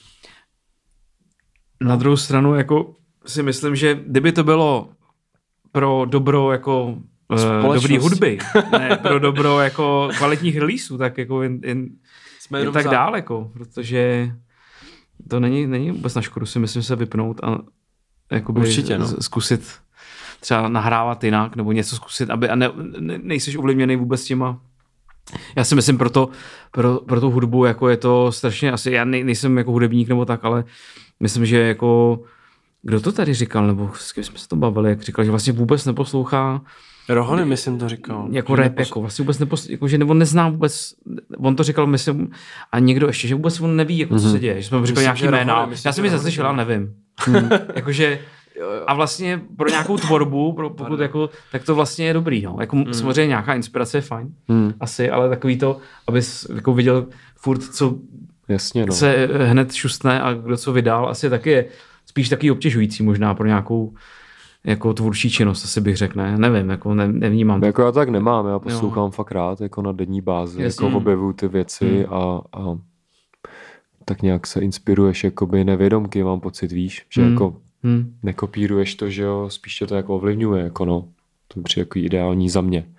Na druhou stranu jako si myslím, že kdyby to bylo pro dobro jako eh, Společnost. dobrý hudby, ne pro dobro jako kvalitních releaseů, tak jako jen, jen, jsme jen jenom tak za. dál, jako, protože to není, není vůbec na škodu si myslím se vypnout a jakoby Určitě, no. z- zkusit třeba nahrávat jinak nebo něco zkusit, aby a ne, ne, nejseš ovlivněný vůbec těma. Já si myslím pro, to, pro, pro tu hudbu, jako je to strašně, asi já nej, nejsem jako hudebník nebo tak, ale myslím, že jako, kdo to tady říkal, nebo s kým jsme se to bavili, jak říkal, že vlastně vůbec neposlouchá Rohony, myslím, to říkal. jako Že rap, nepos- jako vlastně vůbec neposlouchá, jako, že nebo nezná vůbec, on to říkal, myslím, a někdo ještě, že vůbec on neví, jako, co se děje, že jsme mu říkali Myslím, nějaký že jména, Rohony, myslím, já jsem že mi Rohony. zaslyšel, ale nevím. Jakože, a vlastně pro nějakou tvorbu, pro, pokud jako, tak to vlastně je dobrý, no. Jako Hmm. samozřejmě nějaká inspirace je fajn, Hmm, asi, ale takový to, abys jako viděl furt, co jasně, no. se hned šustne a kdo co vydal, asi taky je spíš taky obtěžující možná pro nějakou jako tvůrčí činnost, asi bych řekl, ne? Nevím, jako ne, nevnímám. Jako já tak nemám, já poslouchám jo. fakt rád, jako na denní bázi, Jasně. jako objevuju ty věci Hmm. a, a tak nějak se inspiruješ jakoby nevědomky, mám pocit, víš, že Hmm. jako Hmm. nekopíruješ to, že jo, spíš tě to jako ovlivňuje, jako no, to je přijde jako ideální za mě.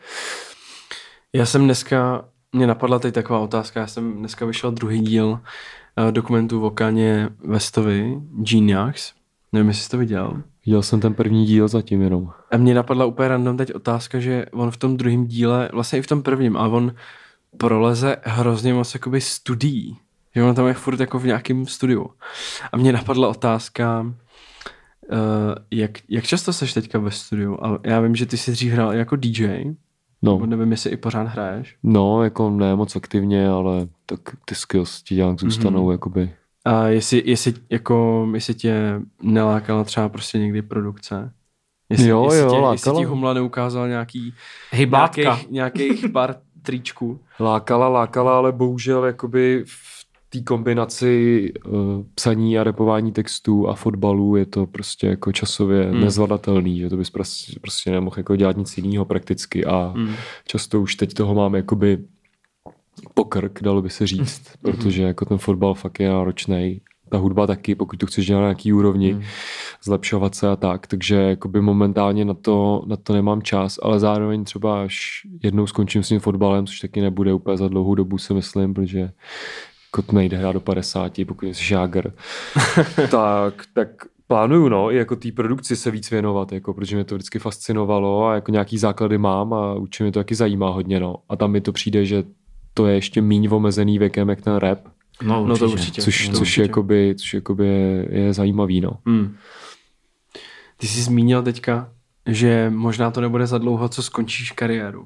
Já jsem dneska, mě napadla teď taková otázka, já jsem dneska vyšel druhý díl uh, dokumentu o Kanye Westovi, Genius. Nevím, jestli jsi to viděl. Viděl jsem ten první díl zatím jenom. A mě napadla úplně random teď otázka, že on v tom druhém díle, vlastně i v tom prvním, ale on proleze hrozně moc jakoby studií. Že on tam je furt jako v nějakém studiu. A mě napadla otázka, uh, jak, jak často seš teďka ve studiu? A já vím, že ty jsi dřív hrál jako D J, No, nebo nevím, jestli i pořád hraješ. no, jako ne moc aktivně, ale tak ty skills ti nějak zůstanou, Mhm. jakoby. A jestli, jestli, jako, jestli tě nelákala třeba prostě někdy produkce? Jestli, Jo, jestli, jo, tě, lákala. jestli ti Humla neukázal nějaký, Hej, blátka. nějakých, nějakých pár tričků. Lákala, lákala, ale bohužel jakoby v té kombinaci uh, psaní a repování textů a fotbalu je to prostě jako časově hmm. nezvladatelný, že to bys prostě, prostě nemohl jako dělat nic jiného prakticky a hmm. často už teď toho máme jakoby pokrk, dalo by se říct, hmm. protože jako ten fotbal fakt je náročnej. Ta hudba taky, pokud to chceš dělat na nějaký úrovni, hmm. zlepšovat se a tak, takže jakoby momentálně na to, na to nemám čas, ale zároveň třeba až jednou skončím s tím fotbalem, což taky nebude úplně za dlouhou dobu, si myslím, protože jako to nejde hrát do padesáti, pokud jsi žáger, tak, tak plánuju, no, i jako té produkci se víc věnovat, jako, protože mě to vždycky fascinovalo a jako nějaký základy mám a určitě mě to taky zajímá hodně, no. A tam mi to přijde, že to je ještě míň omezený věkem, jak ten rap. No, no to určitě. Což, no, což, určitě. Jakoby, což jakoby je, je zajímavý, no. Hmm. Ty jsi zmínil teďka, že možná to nebude za dlouho, co skončíš kariéru.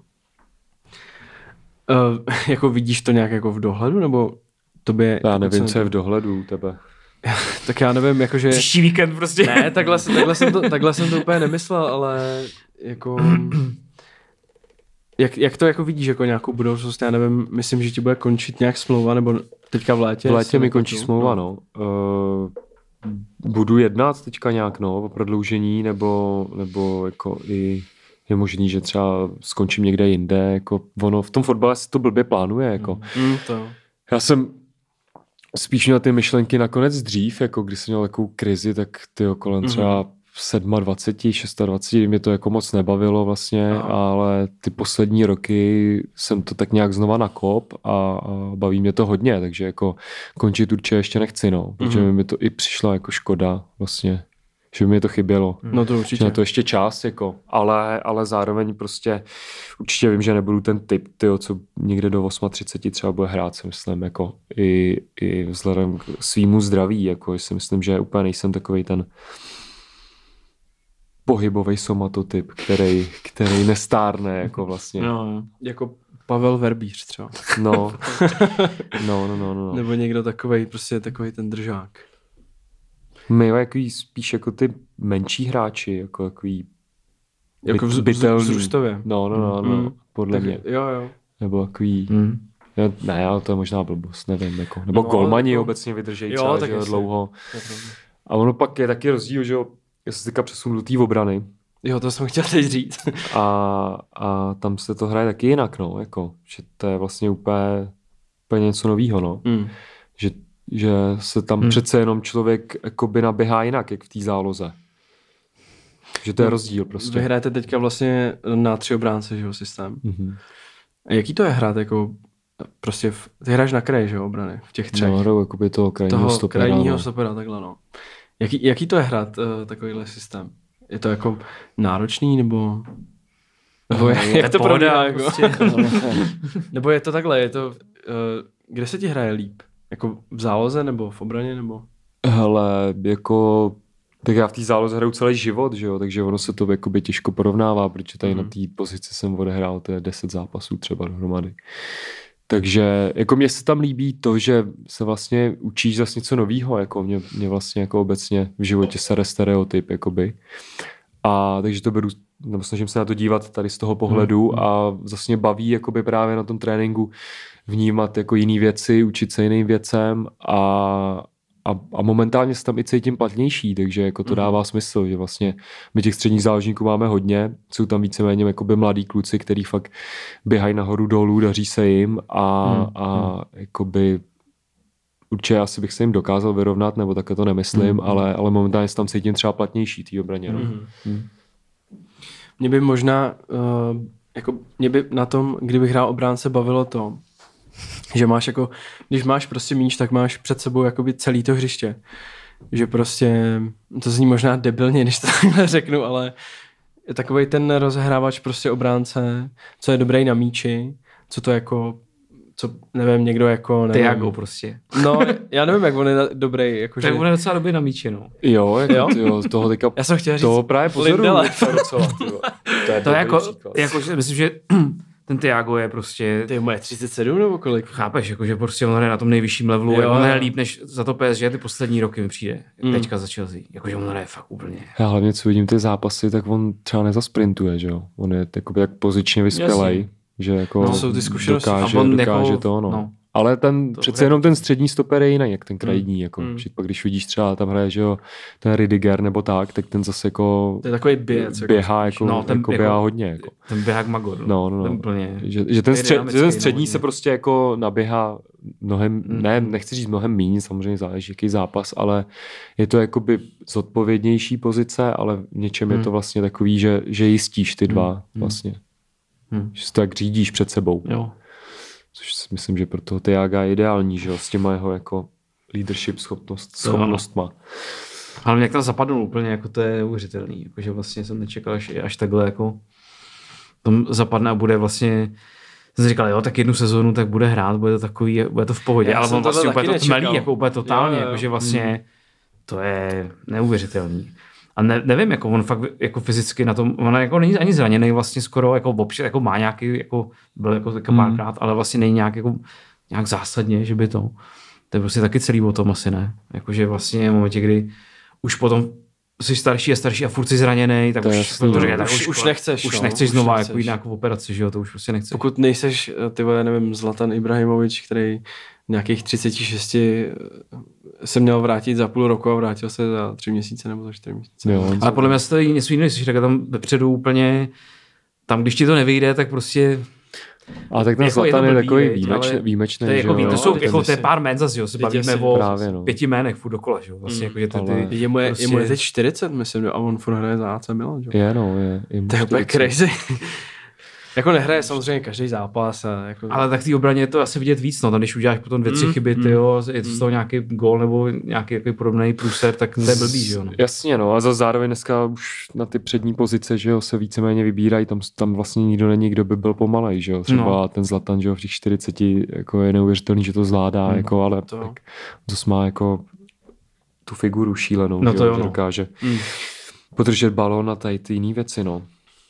Uh, jako vidíš to nějak jako v dohledu, nebo tobě... Já nevím, co je v dohledu u tebe. Tak já nevím, jakože... Příští víkend prostě. Ne, takhle, takhle, jsem to, takhle jsem to úplně nemyslel, ale jako... Jak, jak to jako vidíš jako nějakou budoucnost? Já nevím, myslím, že ti bude končit nějak smlouva, nebo teďka v létě? V létě mi končí smlouva, no. no. Uh, budu jednat teďka nějak, no, o prodloužení, nebo, nebo jako i je možný, že třeba skončím někde jinde, jako ono, v tom fotbale se to blbě plánuje, jako. Mm, to. Já jsem spíš měl ty myšlenky nakonec dřív, jako když jsem měl takovou krizi, tak ty kolem třeba dvacet sedm, dvacet šest, mě to jako moc nebavilo vlastně, aha, ale ty poslední roky jsem to tak nějak znova nakop a, a baví mě to hodně, takže jako končit určitě ještě nechci, no, protože mm-hmm. mi to i přišla jako škoda vlastně, že by mi to chybělo. No to určitě. Že na to ještě čas, jako, ale, ale zároveň prostě určitě vím, že nebudu ten typ, tyjo, co někde do třicet osm třeba bude hrát, si myslím, jako i, i vzhledem k svýmu zdraví, jako si myslím, že úplně nejsem takovej ten pohybový somatotyp, který, který nestárne, jako vlastně. No, jako Pavel Verbíř třeba. No. No, no, no, no. Nebo někdo takovej, prostě takovej ten držák. My jako spíš jako ty menší hráči, jako takový jako vz, bytelný. Vzrůstově. No, no, no, no, mm. podle tak, mě. Jo, jo. Nebo takový... Mm. Jo, ne, ale to je možná blbost, nevím, jako. Nebo no, golmani jako... obecně vydržejí jo, třeba, že dlouho. A ono pak je taky rozdíl, že jo, já se teďka přesunu do té obrany. Jo, to jsem chtěl teď říct. a, a tam se to hraje taky jinak, no, jako, že to je vlastně úplně, úplně něco novýho, no. Mm. Že, že se tam mm. přece jenom člověk jakoby naběhá jinak, jak v té záloze. Že to je no, rozdíl prostě. Vy hrajete teďka vlastně na tři obránce, že jo, systém. Mm-hmm. A jaký to je hrát, jako prostě, v, ty hraješ na kraj, že jo, obrany, v těch třech. No, hraju jakoby toho krajního toho stopera. krajního no. stopera, takhle, no. Jaký, jaký to je hrát uh, takovýhle systém? Je to jako náročný, nebo... nebo je, jak to probíhá, jako? Prostě. Nebo je to takhle, je to... Uh, kde se ti hraje líp? Jako v záloze, nebo v obraně, nebo... Hele, jako... Tak já v té záloze hraju celý život, že jo, takže ono se to jakoby těžko porovnává, protože tady mm. na té pozici jsem odehrál to je deset zápasů třeba dohromady. Takže jako mně se tam líbí to, že se vlastně učíš zase něco novýho, jako mě, mě vlastně jako obecně v životě sere stereotyp, jakoby. A takže to beru, nebo snažím se na to dívat tady z toho pohledu mm. a zase mě baví jakoby právě na tom tréninku vnímat jako jiný věci, učit se jiným věcem a A, a momentálně se tam i cítím platnější, takže jako to dává smysl, že vlastně my těch středních záložníků máme hodně, jsou tam víceméně jakoby mladí kluci, který fakt běhají nahoru dolů, daří se jim a, hmm. a jakoby určitě asi bych se jim dokázal vyrovnat, nebo takhle to nemyslím, hmm. ale, ale momentálně se tam cítím třeba platnější tý obraně. No. Hmm. Hmm. Mě by možná, uh, jako mě by na tom, kdybych hrál obránce, bavilo to, že máš jako, když máš prostě míč, tak máš před sebou jakoby celý to hřiště. Že prostě, to zní možná debilně, když to takhle řeknu, ale je takovej ten rozehrávač prostě obránce, co je dobrý na míči, co to jako, co nevím, někdo jako, nevím. Tiago prostě. No, já nevím, jak on je dobrý. Jako, tak že... on je docela dobrý na míči, no. Jo, jako jo? Tyjo, toho teďka, já jsem chtěl říct, toho právě pozoruju. Docela, to je to jako, jako, myslím, že ten Tiago je prostě... Ty moje třicet sedm nebo kolik? Chápeš, jako, že prostě on je na tom nejvyšším levelu, jo, on je líp než za to P S G ty poslední roky mi přijde. Mm. Teďka za Chelsea. Jakože on je fakt úplně. Já hlavně, co vidím ty zápasy, tak on třeba nezasprintuje, že jo? On je takový jak pozičně vyspělej, že jako no, jsou ty zkušenosti. dokáže, a on dokáže jako, to, no. no. Ale ten, to přece jenom ten střední stoper je jiný, jak ten krajní. Mm. Jako, Mm. pak když vidíš třeba tam hraje, že jo, ten Ridiger nebo tak, tak ten zase jako To je takový běc. běhá, jako, No, ten jako jako- běhá hodně. Jako. Ten běhák Magor. No, no, no. Ten úplně... Že, že, ten střed, že ten střední no, se prostě jako naběhá mnohem, Mm. ne, nechci říct mnohem míň, samozřejmě záleží, jaký zápas, ale je to jakoby zodpovědnější pozice, ale v něčem Mm. je to vlastně takový, že, že jistíš ty dva Mm. vlastně. Mm. Že si to tak řídíš před sebou. Jo. Což si myslím, že pro toho Thiaga je ideální, že jo, s těma jeho jako leadership schopnost, schopnostma. Ale mě jak tam zapadnul úplně, jako to je neuvěřitelný. Jakože vlastně jsem nečekal, až, až takhle jako tam zapadne a bude vlastně jsem si říkal, jo, tak jednu sezónu tak bude hrát, bude to takový, bude to v pohodě, Já ale jsem on tohle vlastně taky úplně to tmelí, nečekal. jako úplně totálně, Jo, jo, jo. jakože vlastně to je neuvěřitelný. A ne, nevím, jako on fakt jako fyzicky na tom, on jako není ani zraněný vlastně skoro, jako občas, jako má nějaký, jako byl jako Mm. párkrát, ale vlastně není nějak jako nějak zásadně, že by to, to je prostě taky celý o tom asi, ne? Jakože vlastně v momentě, kdy už potom jsi starší a starší a furt jsi zraněný, tak To je už, jasný, to no. říká, tak Už- už nechceš, už no, nechceš už znova nechceš. jako jít nějakou operaci, že jo, to už prostě nechceš. Pokud nejseš, ty vole, nevím, Zlatan Ibrahimovič, který nějakých třicet šest se měl vrátit za půl roku a vrátil se za tři měsíce nebo za čtyři měsíce. Jo, Ale podle mě to je něco jiného, jsi tak tam vepředu úplně, tam když ti to nevyjde, tak prostě A tak ten Jako je to Zlatan je blbý, takový viď, výjimečný, ale výjimečný, to je že jako, jo. to no, jsou, teď jako, to je si- pár jmen zase, jo, se teď bavíme asi o právě, no. pěti jménech furt dokola, že jo, vlastně, jako, že ty, ale- ty Je mu je, prostě- je mu je teď čtyřicet, myslím, a on furt hraje za A C Milan, že? jo? Je, no, je. je To je úplně čtyřicet. crazy. Jako nehraje samozřejmě každý zápas. A jako... Ale tak v té obraně je to asi vidět víc, no, tam když uděláš potom dvě, tři Mm, chyby, mm, ty jo, je to z toho nějaký gól nebo nějaký jako podobný průser, tak to je blbý, že jo. No. Jasně, no, a za zároveň dneska už na ty přední pozice, že jo, se víceméně vybírají, tam, tam vlastně nikdo není, kdo by byl pomalej, že jo, třeba No. ten Zlatan, že jo, v těch čtyřiceti, jako je neuvěřitelný, že to zvládá, Mm. jako, ale To- tak to má jako tu figuru šílenou, No že to jo, že no. dokáže Mm. podržet balón a tady ty jiný věci, no.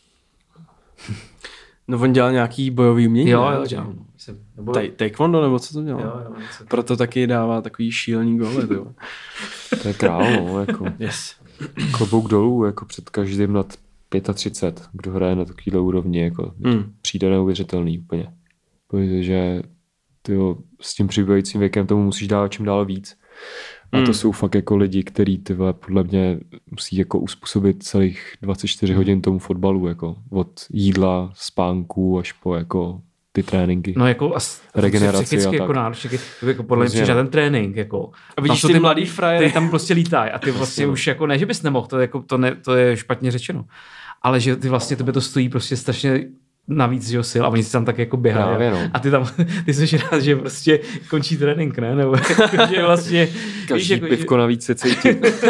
No on dělal nějaký bojový umění. Jo, ne? jo, dělám. no. Myslím, nebo- Tai- Taekwondo, nebo co to dělal? Jo, jo, něco. Proto taky dává takový šílený góly, ty vole. To je král, no, jako Yes. klobouk dolů, jako před každým nad třicet pět, kdo hraje na takovýhle úrovni, jako Mm. přijde neuvěřitelný úplně. Protože tyjo, s tím přibývajícím věkem tomu musíš dávat čím dál víc. A to Mm. jsou fakt jako lidi, kteří ty vole, podle mě musí jako uspůsobit celých dvacet čtyři hodin tomu fotbalu, jako od jídla, spánku až po jako ty tréninky. No jako as, Regeneraci psychicky a jako tak. náročně, jako podle mě Hrozně, přijde no. ten trénink, jako. A vidíš Tam jsou ty mladý frajery. Ty tam prostě lítají a ty vlastně už jako, ne, že bys nemohl, to, je jako, to, ne, to je špatně řečeno, ale že ty vlastně tebe to stojí prostě strašně navíc, že jo, sil a oni si tam tak jako běhají. Právě, no. A ty tam, ty jsi rád, že prostě končí trénink, ne? Nebo jako, že vlastně... Každý víš, jako, pivko navíc se cítí.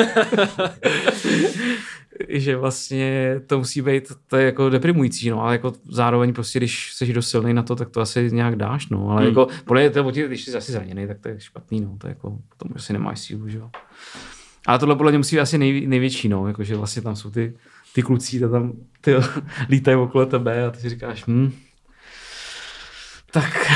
že vlastně to musí být, to je jako deprimující, no, ale jako zároveň prostě, když jsi dost silný na to, tak to asi nějak dáš, no, ale Hmm. jako, podle mě to, když jsi zase zraněný, tak to je špatný, no, to je jako, potom asi nemáš sílu, že jo. Ale tohle podle mě musí být asi nej, největší, no, jakože vlastně tam jsou ty, ty kluci, to tam ty lítají okolo tebe a ty si říkáš, hm, tak.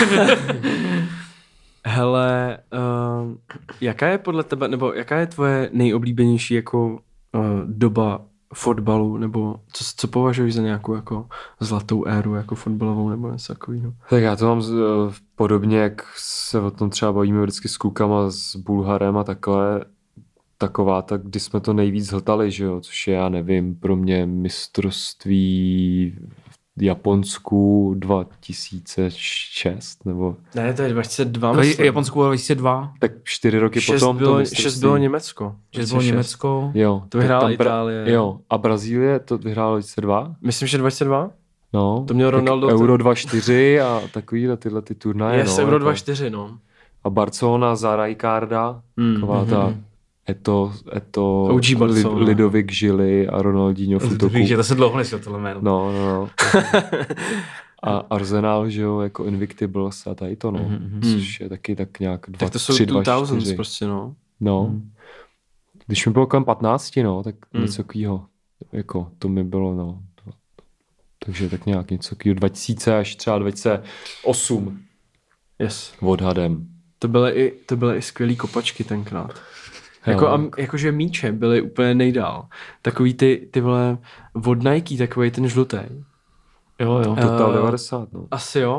Hele, uh, jaká je podle tebe, nebo jaká je tvoje nejoblíbenější jako uh, doba fotbalu, nebo co, co považuješ za nějakou jako zlatou éru, jako fotbalovou, nebo něco takového? Tak já to mám z, eh, podobně, jak se o tom třeba bavíme vždycky s klukama, s Bulharem a takhle, taková, tak kdy jsme to nejvíc hltali, že jo, což je, já nevím, pro mě mistrovství v Japonsku dva tisíce šest, nebo Ne, to je dva tisíce dva, Jako myslím. Japonsku dva tisíce dva, tak čtyři roky šest potom to bylo, mistrovství. šest bylo Německo. že bylo Německo. Jo, To tak vyhrála tam Itálie. Jo, a Brazílie to vyhrála dva tisíce dva. Myslím, že dva tisíce dva? No, To měl tak Ronaldo- Euro dva tisíce čtyři a takovýhle tyhle ty turnaje. Yes, no, Euro jako. dva tisíce čtyři, no. A Barcelona za Rijkaarda, Mm, taková ta Eto, Eto O G Barcelona. Lid, Lidovik Žili a Ronaldinho v útoku. Víš, že to se dlouho nesl tohle jméno. No, no, no. A Arsenal, že jo, jako Invictibles a tady to, no. Mhm, Což je taky tak nějak dva, Tak to jsou tři, dva, dvě tisíce čtyři. prostě, no. No. Mhm. Když mi bylo kolem patnácti, no, tak Mm. něco takového. Jako, to mi bylo, no. To, takže tak nějak něco takového. dva tisíce až třeba dva tisíce osm Yes. odhadem. To byly i, to byly i skvělý kopačky tenkrát. Hele. Jako, a, jakože míče byly úplně nejdál. Takový ty, ty vole od Nike, takový ten žlutý. Jo, jo. Total Eh, devadesát, no. Asi jo.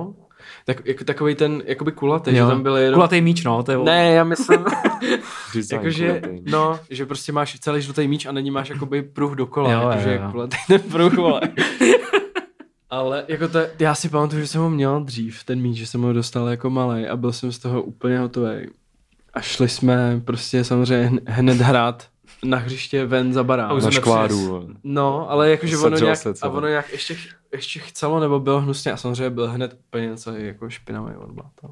Tak, jako, takovej ten, jakoby kulatý, že tam byl jenom... Kulatý míč, no, to je... Ne, já myslím, Design jakože, kulatý. no, že prostě máš celý žlutý míč a není máš jakoby pruh dokola, Jo, jakože jo, jo. kulatý ten pruh, vole. Ale jako to, já si pamatuju, že jsem ho měl dřív, ten míč, že jsem ho dostal jako malej a byl jsem z toho úplně hotový. A šli jsme prostě samozřejmě hned hrát na hřiště ven za barák. Na škváru. No, ale jakože ono nějak, se a ono nějak ještě, ještě chcelo, nebo bylo hnusně a samozřejmě byl hned úplně něco jako špinavý od bláta.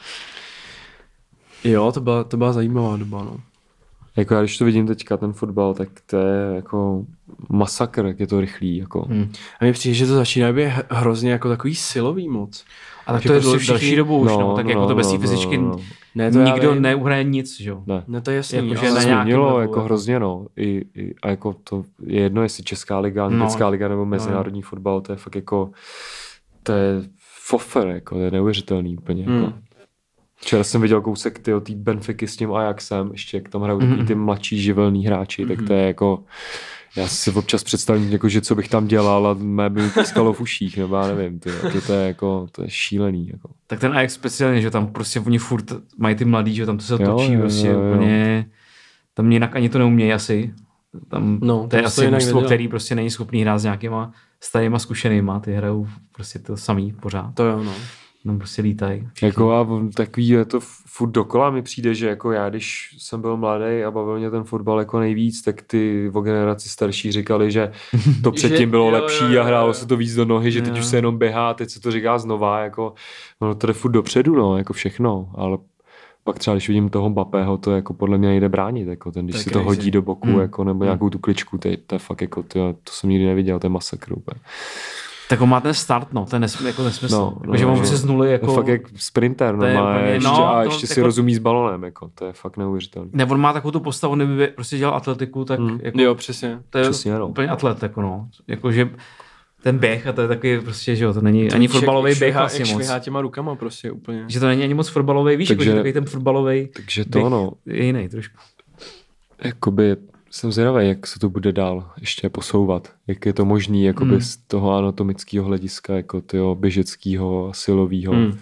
Jo, to byla, to byla zajímavá doba, no. Jako já když to vidím teďka, ten fotbal, tak to je jako masakr, jak je to rychlý, jako. Hmm. A mně přijde, že to začíná být hrozně jako takový silový moc. A tak že to je prostě všichni... další všichni... dobu už, No, no, tak no, jako to bez té no, fyzičky no, no. Ne, to nikdo neuhraje nic, že jo. Ne. Ne, to je jasný. Jako, Jako, že ale... na Se nějakém změnilo levelu, jako jako. hrozně, no. I, i, a jako to je jedno, jestli Česká liga, anglická No. liga nebo mezinárodní no. fotbal, to je fakt jako, to je fofer, jako, to je neuvěřitelný úplně, Hmm. jako. Včera jsem viděl kousek ty té Benfiky s tím Ajaxem, ještě jak tam hrajou Mm-hmm. takový ty mladší živelní hráči, mm-hmm. tak to je jako, já si občas představím, jako, že co bych tam dělal a mé by mi pískalo v uších, nebo já nevím, ty, to, to, je jako, to je šílený. Jako. Tak ten Ajax speciálně, že tam prostě oni furt mají ty mladý, že tam to se Jo, točí jo, prostě jo, jo. úplně, tam jinak ani to neumějí asi. Tam, No, to je tam se asi jinak mužstvo, nedělá. který prostě není schopný hrát s nějakýma starýma zkušenýma, ty hrajou prostě to samý pořád. To jo, no. No prostě lítají. Jako a takový je to furt dokola mi přijde, že jako já, když jsem byl mladý a bavil mě ten fotbal jako nejvíc, tak ty o generaci starší říkali, že to předtím bylo jo, lepší jo, jo, a hrálo jo. se to víc do nohy, že teď Jo. už se jenom běhá, teď se to říká znova, jako no to jde furt dopředu, no, jako všechno, ale pak třeba, když vidím toho Mbappého, to jako podle mě nejde bránit, jako ten, když To je si to crazy. hodí do boku, Hmm. jako, nebo nějakou tu kličku, to je, to je fakt jako, to, to jsem nikdy neviděl, to je masakr úplně. Tak on má ten start, no, to je nesmysl, jako nesmysl. No, jako, no, že on no. prostě z nuly, jako... No, fakt jak sprinter, to je normálně, úplně- ještě, no, a no, ještě si jako- rozumí s balonem, jako, to je fakt neuvěřitelné. Ne, on má takovou tu postavu, kdyby prostě dělal atletiku, tak Hmm. jako, Jo, přesně. to je Přesně, no. úplně atlet, jako no. Jako, že ten běh, a to je taky prostě, že jo, to není ani fotbalový běh vlastně jak moc. švihá těma rukama prostě úplně. Že to není ani moc fotbalový, víš, Takže- jako, že takový ten fotbalový Takže to no, je jiný trošku. jakoby jsem zvědavý, jak se to bude dál ještě posouvat. Jak je to možný, jakoby Hmm. z toho anatomického hlediska, jako toho běžeckého, silového. Hmm.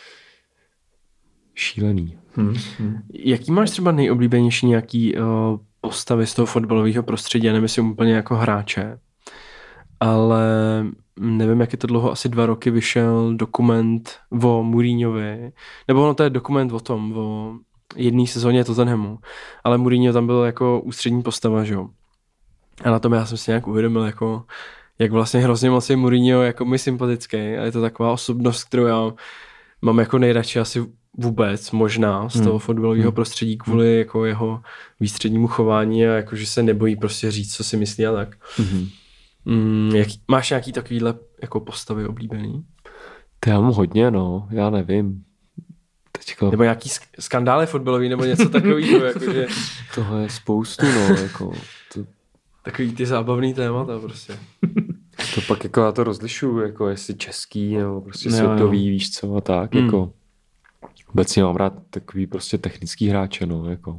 Šílený. Hmm. Hmm. Jaký máš třeba nejoblíbenější nějaký uh, postavy z toho fotbalového prostředí? Já nevím, jestli úplně jako hráče, ale nevím, jak je to dlouho, asi dva roky vyšel dokument o Mourinhovi, nebo ono to je dokument o tom, o jedné sezóně Tottenhamu, ale Mourinho tam byl jako ústřední postava, že jo. A na tom já jsem si nějak uvědomil, jako, jak vlastně hrozně moc je Mourinho jako mi sympatický a je to taková osobnost, kterou já mám jako nejradši asi vůbec možná z toho Hmm. fotbalového Hmm. prostředí kvůli jako jeho výstřednímu chování a jako, že se nebojí prostě říct, co si myslí a tak. Mhm. Mm, jaký, máš nějaký takovýhle jako postavy oblíbený? To já mám hodně, no, já nevím. Teďka Nebo nějaký sk- skandály fotbalový nebo něco takového, jakože toho je spoustu, no, jako to, takový ty zábavný témata prostě. to pak jako já to rozlišuju, jako jestli český nebo prostě Jo, světový, víš co a tak, Hmm. jako obecně mám rád takový prostě technický hráče, no, jako.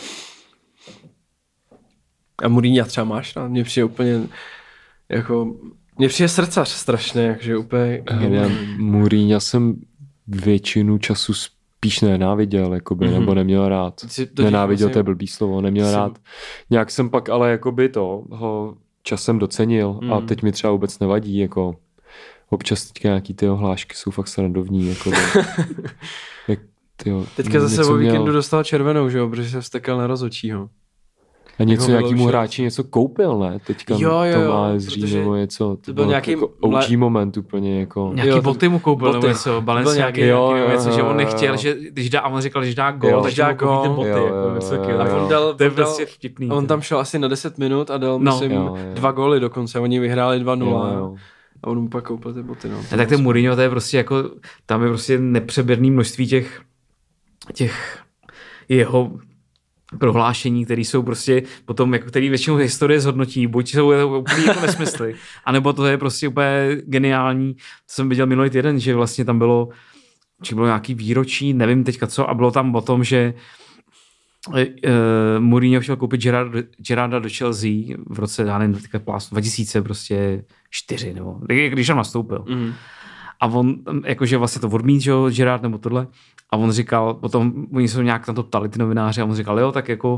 A Mourinha třeba máš rád? Mně přijde úplně jako, mně přijde srdcař strašně, jakže úplně Já geniální. Mourinha jsem většinu času spíš nenáviděl, jakoby, Mhm. nebo neměl rád. Ty si to Nenáviděl, vlastně- to je blbý slovo, neměl jsem- rád. Nějak jsem pak ale jakoby to ho časem docenil a Mhm. teď mi třeba vůbec nevadí, jako občas teďka nějaký ty hlášky jsou fakt srandovní, jakoby. Jak, tyjo, Teďka zase něco o víkendu měl- dostal červenou, že jo, protože se vstekal na rozhodčího. A něco jako nějakýmu vyloučil. hráči něco koupil, ne? Teďka Jo, jo, to jo, má zří protože nebo něco. To, byl byl nějaký jako mla- O G moment úplně, jako. Nějaký Jo, to- boty mu koupil, nebo boty. něco, Balenciagy, nějaký- jo, nějaký jo, něco, že on jo, nechtěl, jo. že když dá, a on říkal, že když dá Jo. gol, Když takže dá mu koupí ty gol. boty, Jo, jako jo, něco jo, takového. A jo. on dal, To je on dal, prostě vtipný. a on to. tam šel asi na deset minut a dal, No. myslím, Jo, jo. dva góly dokonce. Oni vyhráli dva nula. Jo, jo. A on mu pak koupil ty boty, no. A tak ten Mourinho, to je prostě jako, tam je prostě nepřeberný množství těch, těch jeho prohlášení, které jsou prostě potom, jako, který většinou historie zhodnotí, buď jsou úplně jako nesmysly, anebo to je prostě úplně geniální. To jsem viděl minulý týden, že vlastně tam bylo, či bylo nějaký výročí, nevím teďka co, a bylo tam o tom, že uh, Mourinho chtěl koupit Gerard, Gerarda do Chelsea v roce, já nevím, teďka plásnu, dva tisíce prostě čtyři, nebo když tam nastoupil. Mm. a on, jakože vlastně to odmít, že jo, Gerard nebo tohle, a on říkal, potom oni se nějak na to ptali ty novináři a on říkal, jo, tak jako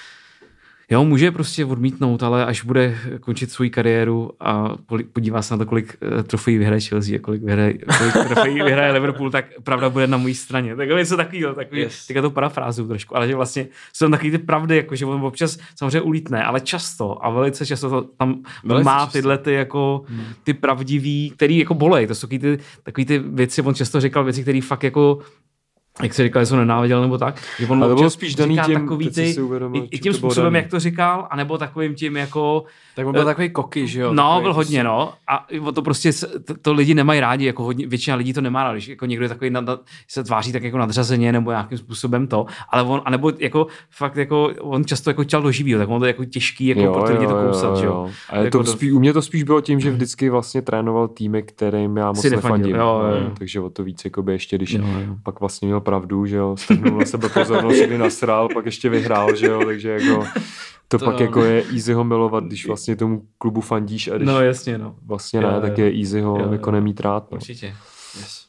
jo, může prostě odmítnout, ale až bude končit svou kariéru a podívá se na to, kolik trofejí vyhraje Chelsea a kolik, vyhraje, kolik trofejí vyhraje Liverpool, tak pravda bude na mojí straně. Tak něco takového, takový, yes. Teďka to parafrázuju trošku, ale že vlastně jsou tam takový ty pravdy, jako, že on občas samozřejmě ulítne, ale často a velice často to tam velice má často. Tyhle ty, jako, ty pravdivý, který jako bolej, to jsou takový ty, takový ty věci, on často říkal věci, které fakt jako jak se říkal, že jsem nenáviděl nebo tak, že on bylo spíš daný tím, takový ty, uvědomil, i, i tím způsobem, jak to říkal, anebo takovým tím jako... Tak on byl uh, takový koky, že jo? No, byl hodně, no. A to prostě, to, to lidi nemají rádi, jako hodně, většina lidí to nemá rádi, když jako někdo je takový, nad, se tváří tak jako nadřazeně, nebo nějakým způsobem to, ale on, anebo jako fakt jako, on často jako chtěl do živýho, tak on to je jako těžký, jako jo, pro ty lidi to kousat, že jo? Ale jako to spíš, u mě to spíš bylo tím, že vždycky vlastně trénoval týmy, kterým já moc nefandím. Takže o to víc, jakoby ještě, když pak vlastně měl pravdu, že jo, strhnul na sebe pozornost, kdy nasral, pak ještě vyhrál, že jo, takže jako to, to pak jako je easy ho milovat, když vlastně tomu klubu fandíš a když no, jasně, no. vlastně ne, jo, tak jo. Je easy ho jo, jako nemít rád. No. Určitě. Yes.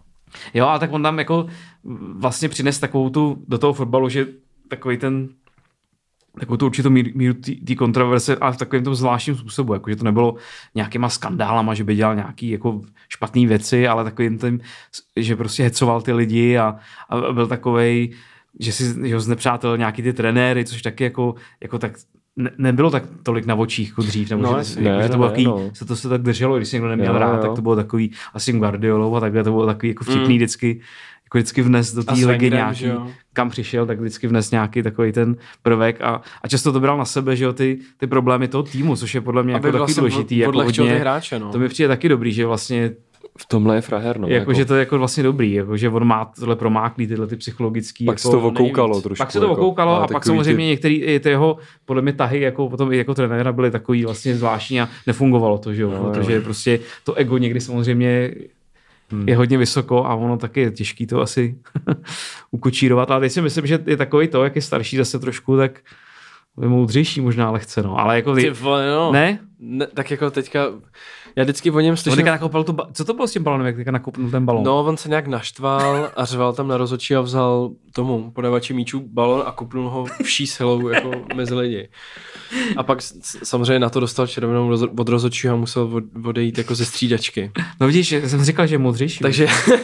Jo, a tak on tam jako vlastně přines takovou tu, do toho fotbalu, že takový ten takovou tu určitou míru té kontroverze, ale v takovém tom zvláštním způsobu, jako, že to nebylo nějakýma skandálama, že by dělal nějaký jako špatný věci, ale takovým tím, že prostě hecoval ty lidi a, a byl takovej, že si že ho znepřátel nějaký ty trenéry, což taky jako, jako tak ne, nebylo tak tolik na očích jako dřív, nebo no, že, ne, jako, že to bylo ne, takový, no. se to se tak drželo, když se někdo neměl jo, rád, jo. Tak to bylo takový asi Guardiolou a takhle to bylo takový jako vtipný mm. vždycky, jako vždycky vnes do té ligy nějaký, kam přišel, tak vždycky vnes nějaký takový ten prvek a, a často to bral na sebe, že jo, ty, ty problémy toho týmu, což je podle mě jako takový důležitý. Jako hodně, hráče, no. To mi přijde taky dobrý, že vlastně v tomhle je fraher, no. Jako, jako, že to je jako vlastně dobrý, jako, že on má tohle promáklý, tyhle ty psychologický. Pak jako, se to okoukalo trošku. Pak se to jako, okoukalo a pak samozřejmě ty... některé ty jeho, podle mě tahy, jako potom i jako trenéra byly takový vlastně zvláštní a nefungovalo to, že jo, no, protože jo. Prostě to ego někdy samozřejmě hmm. je hodně vysoko a ono taky je těžký to asi ukočírovat, ale teď si myslím, že je takový to, jak je starší zase trošku, tak je moudřejší možná lehce, no, ale jako... Ty vole, no. Ne? ne? Tak jako teďka, já vždycky o něm slyším... On tu ba... Co to bylo s tím balonem, jak teďka nakopnul ten balon? No, on se nějak naštval a řval tam na rozhodčí a vzal tomu podavači míčů balon a kopnul ho vší silou jako mezi lidi. A pak samozřejmě na to dostal červenou od rozhodčího a musel odejít jako ze střídačky. No vidíš, jsem říkal, že je moudřejší. Takže... uh,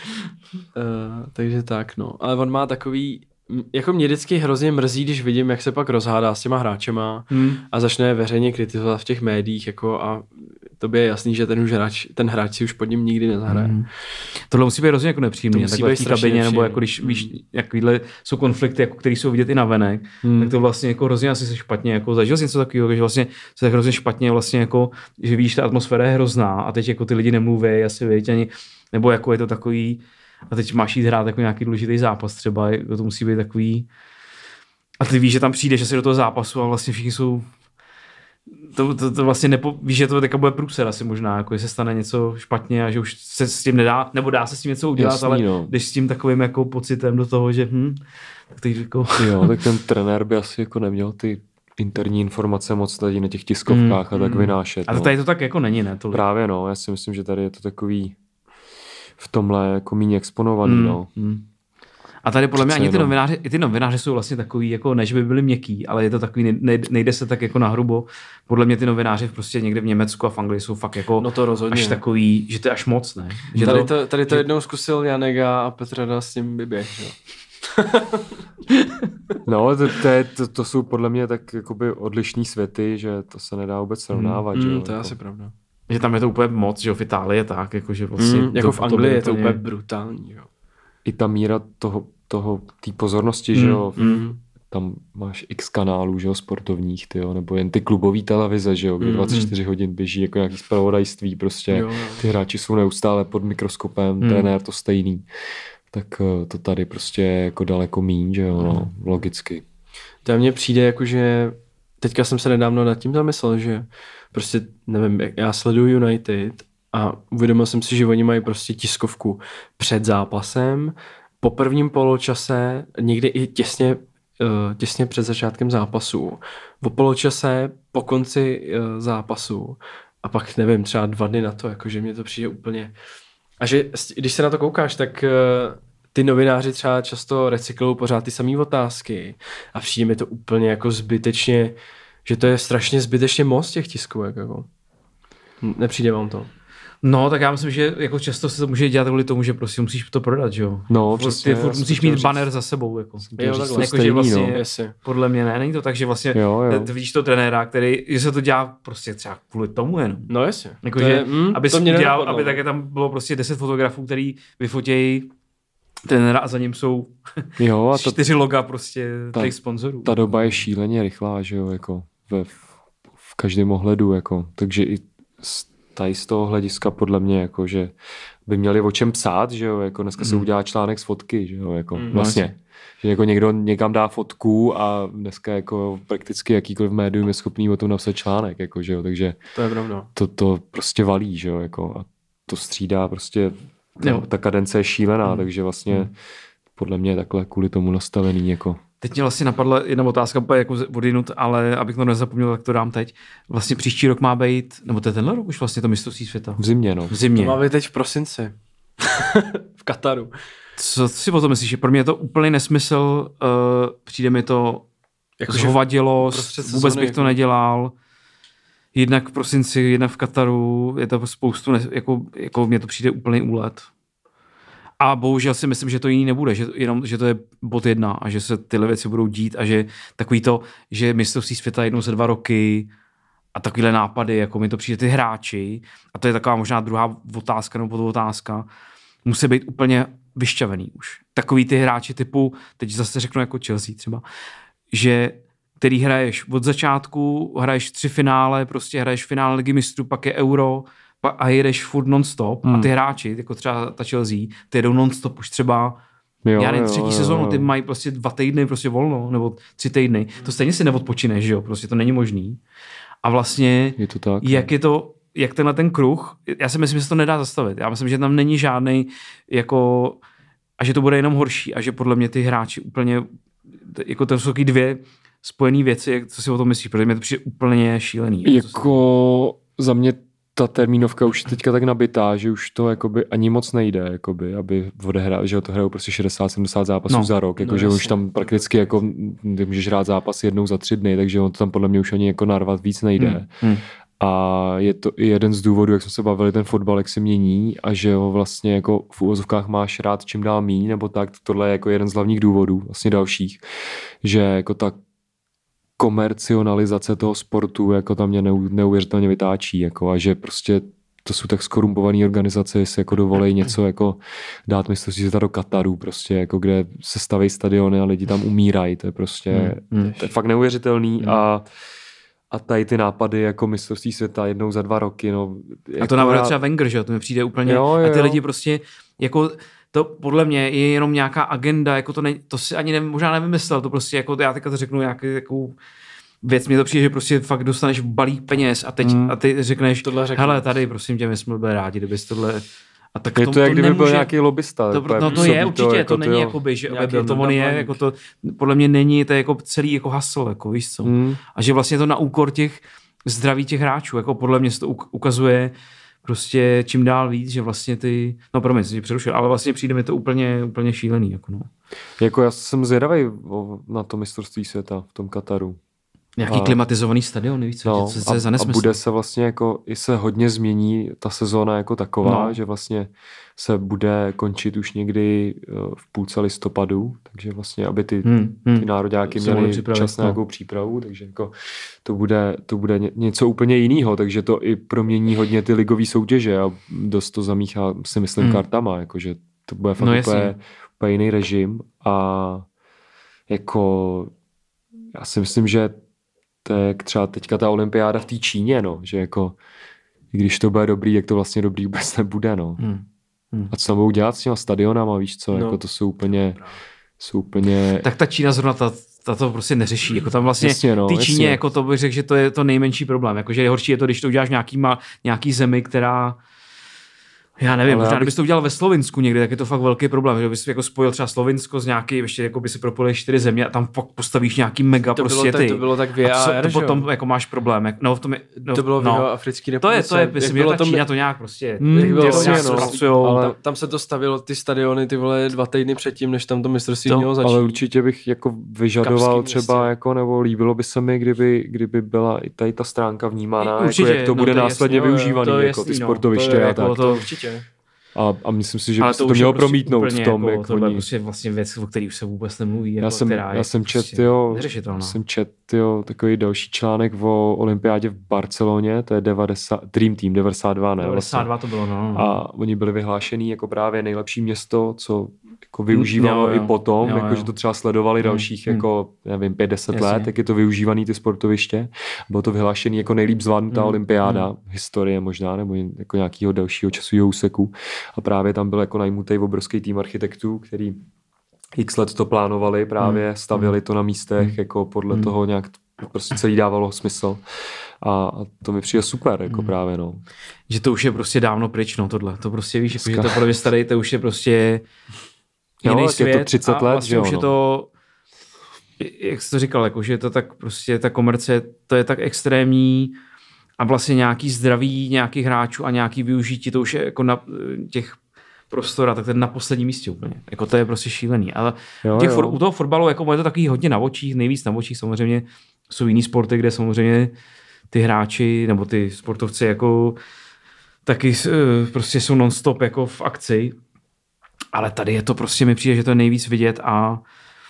takže tak, no. Ale on má takový... Jako mě vždycky hrozně mrzí, když vidím, jak se pak rozhádá s těma hráčema hmm. a začne veřejně kritizovat v těch médiích jako a tobě je jasný, že ten, už hráč, ten hráč si už pod ním nikdy nezahraje. Hmm. Tohle musí být hrozně jako nepříjemné, takhle v té kabině, nebo jako když víš, jakýhle jsou konflikty, jako, které jsou vidět i navenek, hmm. tak to vlastně jako hrozně asi se špatně, jako zažil jsi něco takového, že vlastně se tak hrozně špatně vlastně jako, že víš, ta atmosféra je hrozná a teď jako ty lidi nemluví, asi věď ani, nebo jako je to takový. A teď máš jít hrát jako nějaký důležitý zápas třeba, to musí být takový... A ty víš, že tam přijdeš asi do toho zápasu a vlastně všichni jsou... To, to, to vlastně nepo... Víš, že to teďka bude průser asi možná, jako že se stane něco špatně a že už se s tím nedá, nebo dá se s tím něco udělat, jasný, ale no. Když s tím takovým jako pocitem do toho, že hm, tak teď jako... Jo, tak ten trenér by asi jako neměl ty interní informace moc tady na těch tiskovkách mm, a tak mm. vynášet. A to tady to tak jako není, ne? Tolik. Právě no, já si myslím, že tady je to takový v tomhle jako méně exponovaný, mm, no. Mm. A tady podle mě ani ty novináři, i ty novináři jsou vlastně takový, jako ne, že by byli měkký, ale je to takový, nejde, nejde se tak jako na hrubo. Podle mě ty novináři prostě někde v Německu a v Anglii jsou fakt jako no to rozhodně, až takový, že to je až moc, ne? Že tady, to, tady to že... jednou zkusil Janega a Petrada s tím vyběh, že jo? No, to, to, je, to, to jsou podle mě tak jakoby odlišný světy, že to se nedá vůbec srovnávat, mm, že jo? To je jako... asi pravda. Že tam je to úplně moc, že v Itálii je tak, jako že vlastně... Mm, jako v Anglii je to úplně brutální, jo. I ta míra toho, toho té pozornosti, mm, že jo, mm. tam máš x kanálů, že jo, sportovních, tyjo, nebo jen ty klubový televize, že jo, kde mm. dvacet čtyři hodin běží jako nějaký zpravodajství, prostě jo, ty hráči jsou neustále pod mikroskopem, mm. trenér to stejný, tak to tady prostě je jako daleko míň, že jo, mm. no, logicky. To mně přijde jako, že teďka jsem se nedávno nad tím zamyslel, že prostě, nevím, já sleduju United a uvědomil jsem si, že oni mají prostě tiskovku před zápasem, po prvním poločase, někdy i těsně, těsně před začátkem zápasu, po poločase, po konci zápasu a pak nevím, třeba dva dny na to, jakože mě to přijde úplně A že když se na to koukáš, tak uh, ty novináři třeba často recyklují pořád ty samé otázky a přijde mi to úplně jako zbytečně, že to je strašně zbytečně moc těch tiskovek. Jako. Nepřijde vám to? No, tak já myslím, že jako často se to může dělat kvůli tomu, že prostě musíš to prodat, že jo? No, přesně. Ty furt musíš mít říct. Banner za sebou, jako. Jo, jako stejný, že vlastně, no. Podle mě ne, není to tak, že vlastně jo, jo. Ty vidíš to trenéra, který, že se to dělá prostě třeba kvůli tomu jenom. No jasně. Jako, to že, je, mm, aby to udělal, aby také tam bylo prostě deset fotografů, který vyfotějí trenéra a za ním jsou jo, a čtyři ta, loga prostě ta, těch sponzorů. Ta doba je šíleně rychlá, že jo, jako ve, v každém ohledu, jako, takže i tady z toho hlediska podle mě, jako, že by měli o čem psát, že jo, jako dneska mm. se udělá článek z fotky, že jo, jako mm, vlastně. Že jako někdo někam dá fotku a dneska jako prakticky jakýkoliv médium je schopný o tom napsat článek, jako, že jo, takže to je pravda. To, to prostě valí, že jo, jako a to střídá prostě, ta, ta kadence je šílená, mm. takže vlastně mm. podle mě je takhle kvůli tomu nastavený, jako. Teď mě vlastně napadla jedna otázka jako odinut, ale abych to nezapomněl, tak to dám teď. Vlastně příští rok má být, nebo to je tenhle rok už vlastně to mistrovství světa? V zimě, no. V zimě. To má být teď v prosinci. V Kataru. Co si o tom myslíš? Pro mě je to úplný nesmysl, uh, přijde mi to jako zhovadělost, vůbec bych to nedělal. Jednak v prosinci, jednak v Kataru, je to spoustu, ne, jako, jako mně to přijde úplný úlet. A bohužel si myslím, že to jiný nebude, že, jenom, že to je bod jedna a že se tyhle věci budou dít a že takový to, že mistrovství světa jednou za dva roky a takovýhle nápady, jako mi to přijde ty hráči, a to je taková možná druhá otázka nebo podotázka, musí být úplně vyšťavený už. Takový ty hráči typu, teď zase řeknu jako Chelsea třeba, že který hraješ od začátku, hraješ tři finále, prostě hraješ finále Ligy mistrů, pak je Euro, a jedeš furt non-stop hmm. a ty hráči, jako třeba ta Chelsea, ty jedou non-stop už třeba jo, já nevím, třetí jo, sezónu, jo. Ty mají prostě dva týdny prostě volno, nebo tři týdny. To stejně si neodpočineš, že jo, prostě to není možný. A vlastně, je to tak, jak je to, jak tenhle ten kruh, já si myslím, že se to nedá zastavit. Já myslím, že tam není žádnej jako, a že to bude jenom horší a že podle mě ty hráči úplně, jako to jsou taky dvě spojené věci, co si o tom myslíš, protože mě to přijde úplně šílený. Jako za mě ta termínovka už je teďka tak nabitá, že už to jakoby ani moc nejde, jakoby, aby odehrál, že to hrajou prostě šedesát sedmdesát zápasů no, za rok, jako, no že jasně. Už tam prakticky jako, ty můžeš hrát zápas jednou za tři dny, takže on to tam podle mě už ani jako narvat víc nejde. Hmm. Hmm. A je to i jeden z důvodů, jak jsme se bavili, ten fotbal, jak se mění a že ho vlastně jako v úvozovkách máš rád čím dál míň, nebo tak, tohle je jako jeden z hlavních důvodů, vlastně dalších, že jako tak komercionalizace toho sportu jako tam mě neuvěřitelně vytáčí jako, a že prostě to jsou tak skorumpované organizace, že se jako dovolej něco jako dát mistrovství světa do Kataru, prostě jako kde se staví stadiony a lidi tam umírají, to je prostě hmm. to je fakt neuvěřitelný hmm. a a tady ty nápady jako mistrovství světa jednou za dva roky, no. Jako a to navrhuje třeba Wenger, že jo, to mi přijde úplně, jo, jo, a ty lidi prostě jako to podle mě je jenom nějaká agenda, jako to, ne, to si ani ne, možná nevymyslel, to prostě jako, já teďka to řeknu nějakou věc, mně to přijde, že prostě fakt dostaneš balík peněz a teď mm. a ty řekneš, hele, tady prosím tě, my jsme byli rádi, kdybys tohle. A tak je to, to jak kdyby nemůže, byl nějaký lobista. To, no to je určitě, to, jako to není jakoby, že byl to on je, jako to, podle mě není, to je jako celý jako hustle, jako víš co. Mm. A že vlastně to na úkor těch zdraví těch hráčů, jako podle mě se to ukazuje prostě čím dál víc, že vlastně ty, no promiň, jsem ti přerušil, ale vlastně přijde mi to úplně, úplně šílený, jako no. Jako já jsem zvědavej na to mistrovství světa v tom Kataru. Nějaký a, klimatizovaný stadion, nevíš co, no, co, co je za nesmysl. A bude se vlastně jako, i se hodně změní ta sezóna jako taková, no. Že vlastně se bude končit už někdy v půlce listopadu, takže vlastně, aby ty, hmm, hmm. ty nároďáky měli čas na nějakou no. přípravu, takže jako to bude, to bude něco úplně jiného, takže to i promění hodně ty ligové soutěže a dost to zamíchá, si myslím, hmm. kartama, jakože to bude fakt no, úplně, úplně jiný režim a jako já si myslím, že to je třeba teďka ta olympiáda v té Číně, no, že jako i když to bude dobrý, jak to vlastně dobrý vůbec nebude, no. Hmm. Hmm. A co tam budou dělat s těma stadionama, víš co, no. Jako to jsou úplně, jsou úplně... Tak ta Čína zrovna ta, ta to prostě neřeší, jako tam vlastně jasně, no, ty Číně, jako to bych řekl, že to je to nejmenší problém, jakože je horší je to, když to uděláš nějaký, ma, nějaký zemi, která Já nevím, ale možná abych... kdybys to udělal ve Slovinsku někdy, tak je to fakt velký problém, že bys jako spojil třeba Slovinsko s nějaký, ještě jako by si propojili čtyři země a tam pak postavíš nějaký mega to prostě bylo ty. Tak, to bylo tak v a to, to potom jako máš problém. No, v tom je, no, to bylo v no. Jihoafrický republice. To je, to je, myslím, že ta Čína to nějak prostě mm, bylo, to nějak no, zpracujou. Ale... Tam, tam se to stavilo ty stadiony ty vole dva týdny předtím, než tam to mistrovství to, mělo začít. Ale určitě bych jako vyžadoval třeba, jako, nebo líbilo by se mi, kdyby, kdyby byla i tady ta stránka vnímána, určitě, jako jak to bude no, to následně jasný, využívaný, jo, jako ty sportoviště no, a tak. To určitě. A, a myslím si, že by se to mělo prostě promítnout v tom, jako, jak tohle oni... je prostě vlastně věc, o který už se vůbec nemluví. Já jako, jsem, která já jsem prostě čet, jo, jsem čet, jo, takový další článek o olympiádě v Barceloně, to je devadesát, Dream Team, devadesát dva, ne? devadesát dva to bylo, no. A oni byli vyhlášený jako právě nejlepší město, co jako využívalo jo, jo. i potom, jo, jako, jo. že to třeba sledovali hmm. dalších, hmm. jako, nevím, pět deset let, jak je to využívaný ty sportoviště. Bylo to vyhlášený jako nejlíp zvládnutá hmm. olympiáda, hmm. historie možná, nebo jako nějakého dalšího časového úseku. A právě tam byl jako najmutej obrovský tým architektů, který x let to plánovali, právě hmm. stavěli to na místech, hmm. jako podle hmm. toho nějak prostě celý dávalo smysl. A, a to mi přijde super, jako hmm. právě, no. Že to už je prostě dávno pryč, no tohle. To prostě víš, jako, že to pro mě starý, to už je prostě jiný jo, svět. Je to třicet let, vlastně že jo, už no. je to, jak jsi to říkal, jako, že je to tak prostě, ta komerce, to je tak extrémní a vlastně nějaký zdraví nějakých hráčů a nějaký využití, to už je jako na těch prostora, tak to je na posledním místě úplně. Jako to je prostě šílený. Ale jo, těch jo. For, u toho fotbalu jako je to takový hodně na očích, nejvíc na očích samozřejmě jsou jiný sporty, kde samozřejmě ty hráči nebo ty sportovci jako taky prostě jsou non-stop jako v akci. Ale tady je to prostě, mi přijde, že to je nejvíc vidět a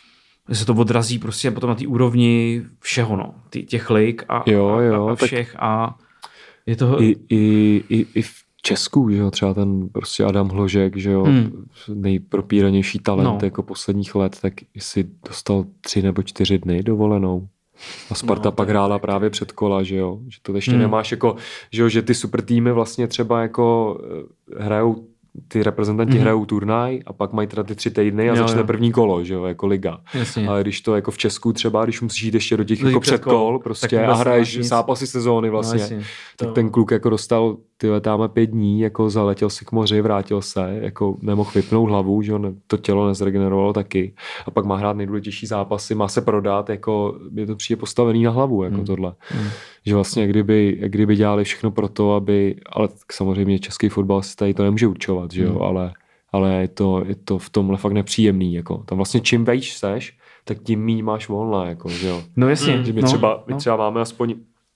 se to odrazí prostě potom na té úrovni všeho, no. Ty, těch lig a, jo, jo, a, a všech a je to... I, i, i, i v Česku, že jo, třeba ten prostě Adam Hložek, že jo, hmm. nejpropíranější talent no. jako posledních let, tak si dostal tři nebo čtyři dny dovolenou. A Sparta no, pak hrála tak, právě před kola, že jo, že to ještě hmm. nemáš jako, že jo, že ty super týmy vlastně třeba jako hrajou ty reprezentanti mm-hmm. hrajou turnaj a pak mají teda ty tři týdny a jo, začne jo. první kolo, že jo, jako liga. Jasně. Ale když to jako v Česku třeba, když musíš jít ještě do těch jako předkol prostě a hraješ zápasy sezóny vlastně, no, tak to... ten kluk jako dostal tyhle táme pět dní, jako zaletěl si k moři, vrátil se, jako nemohl vypnout hlavu, že jo, to tělo nezregenerovalo taky a pak má hrát nejdůležitější zápasy, má se prodat, jako je to přijde postavený na hlavu, jako hmm. tohle. Hmm. Že vlastně kdyby, kdyby dělali všechno pro to, aby, ale samozřejmě český fotbal si tady to nemůže určovat, že jo, hmm. ale, ale je to, je to v tomhle fakt nepříjemný, jako tam vlastně čím vejš seš, tak tím míň máš volna, jako, že jo. No jasně. Že my, no, třeba, my no. třeba máme aspoň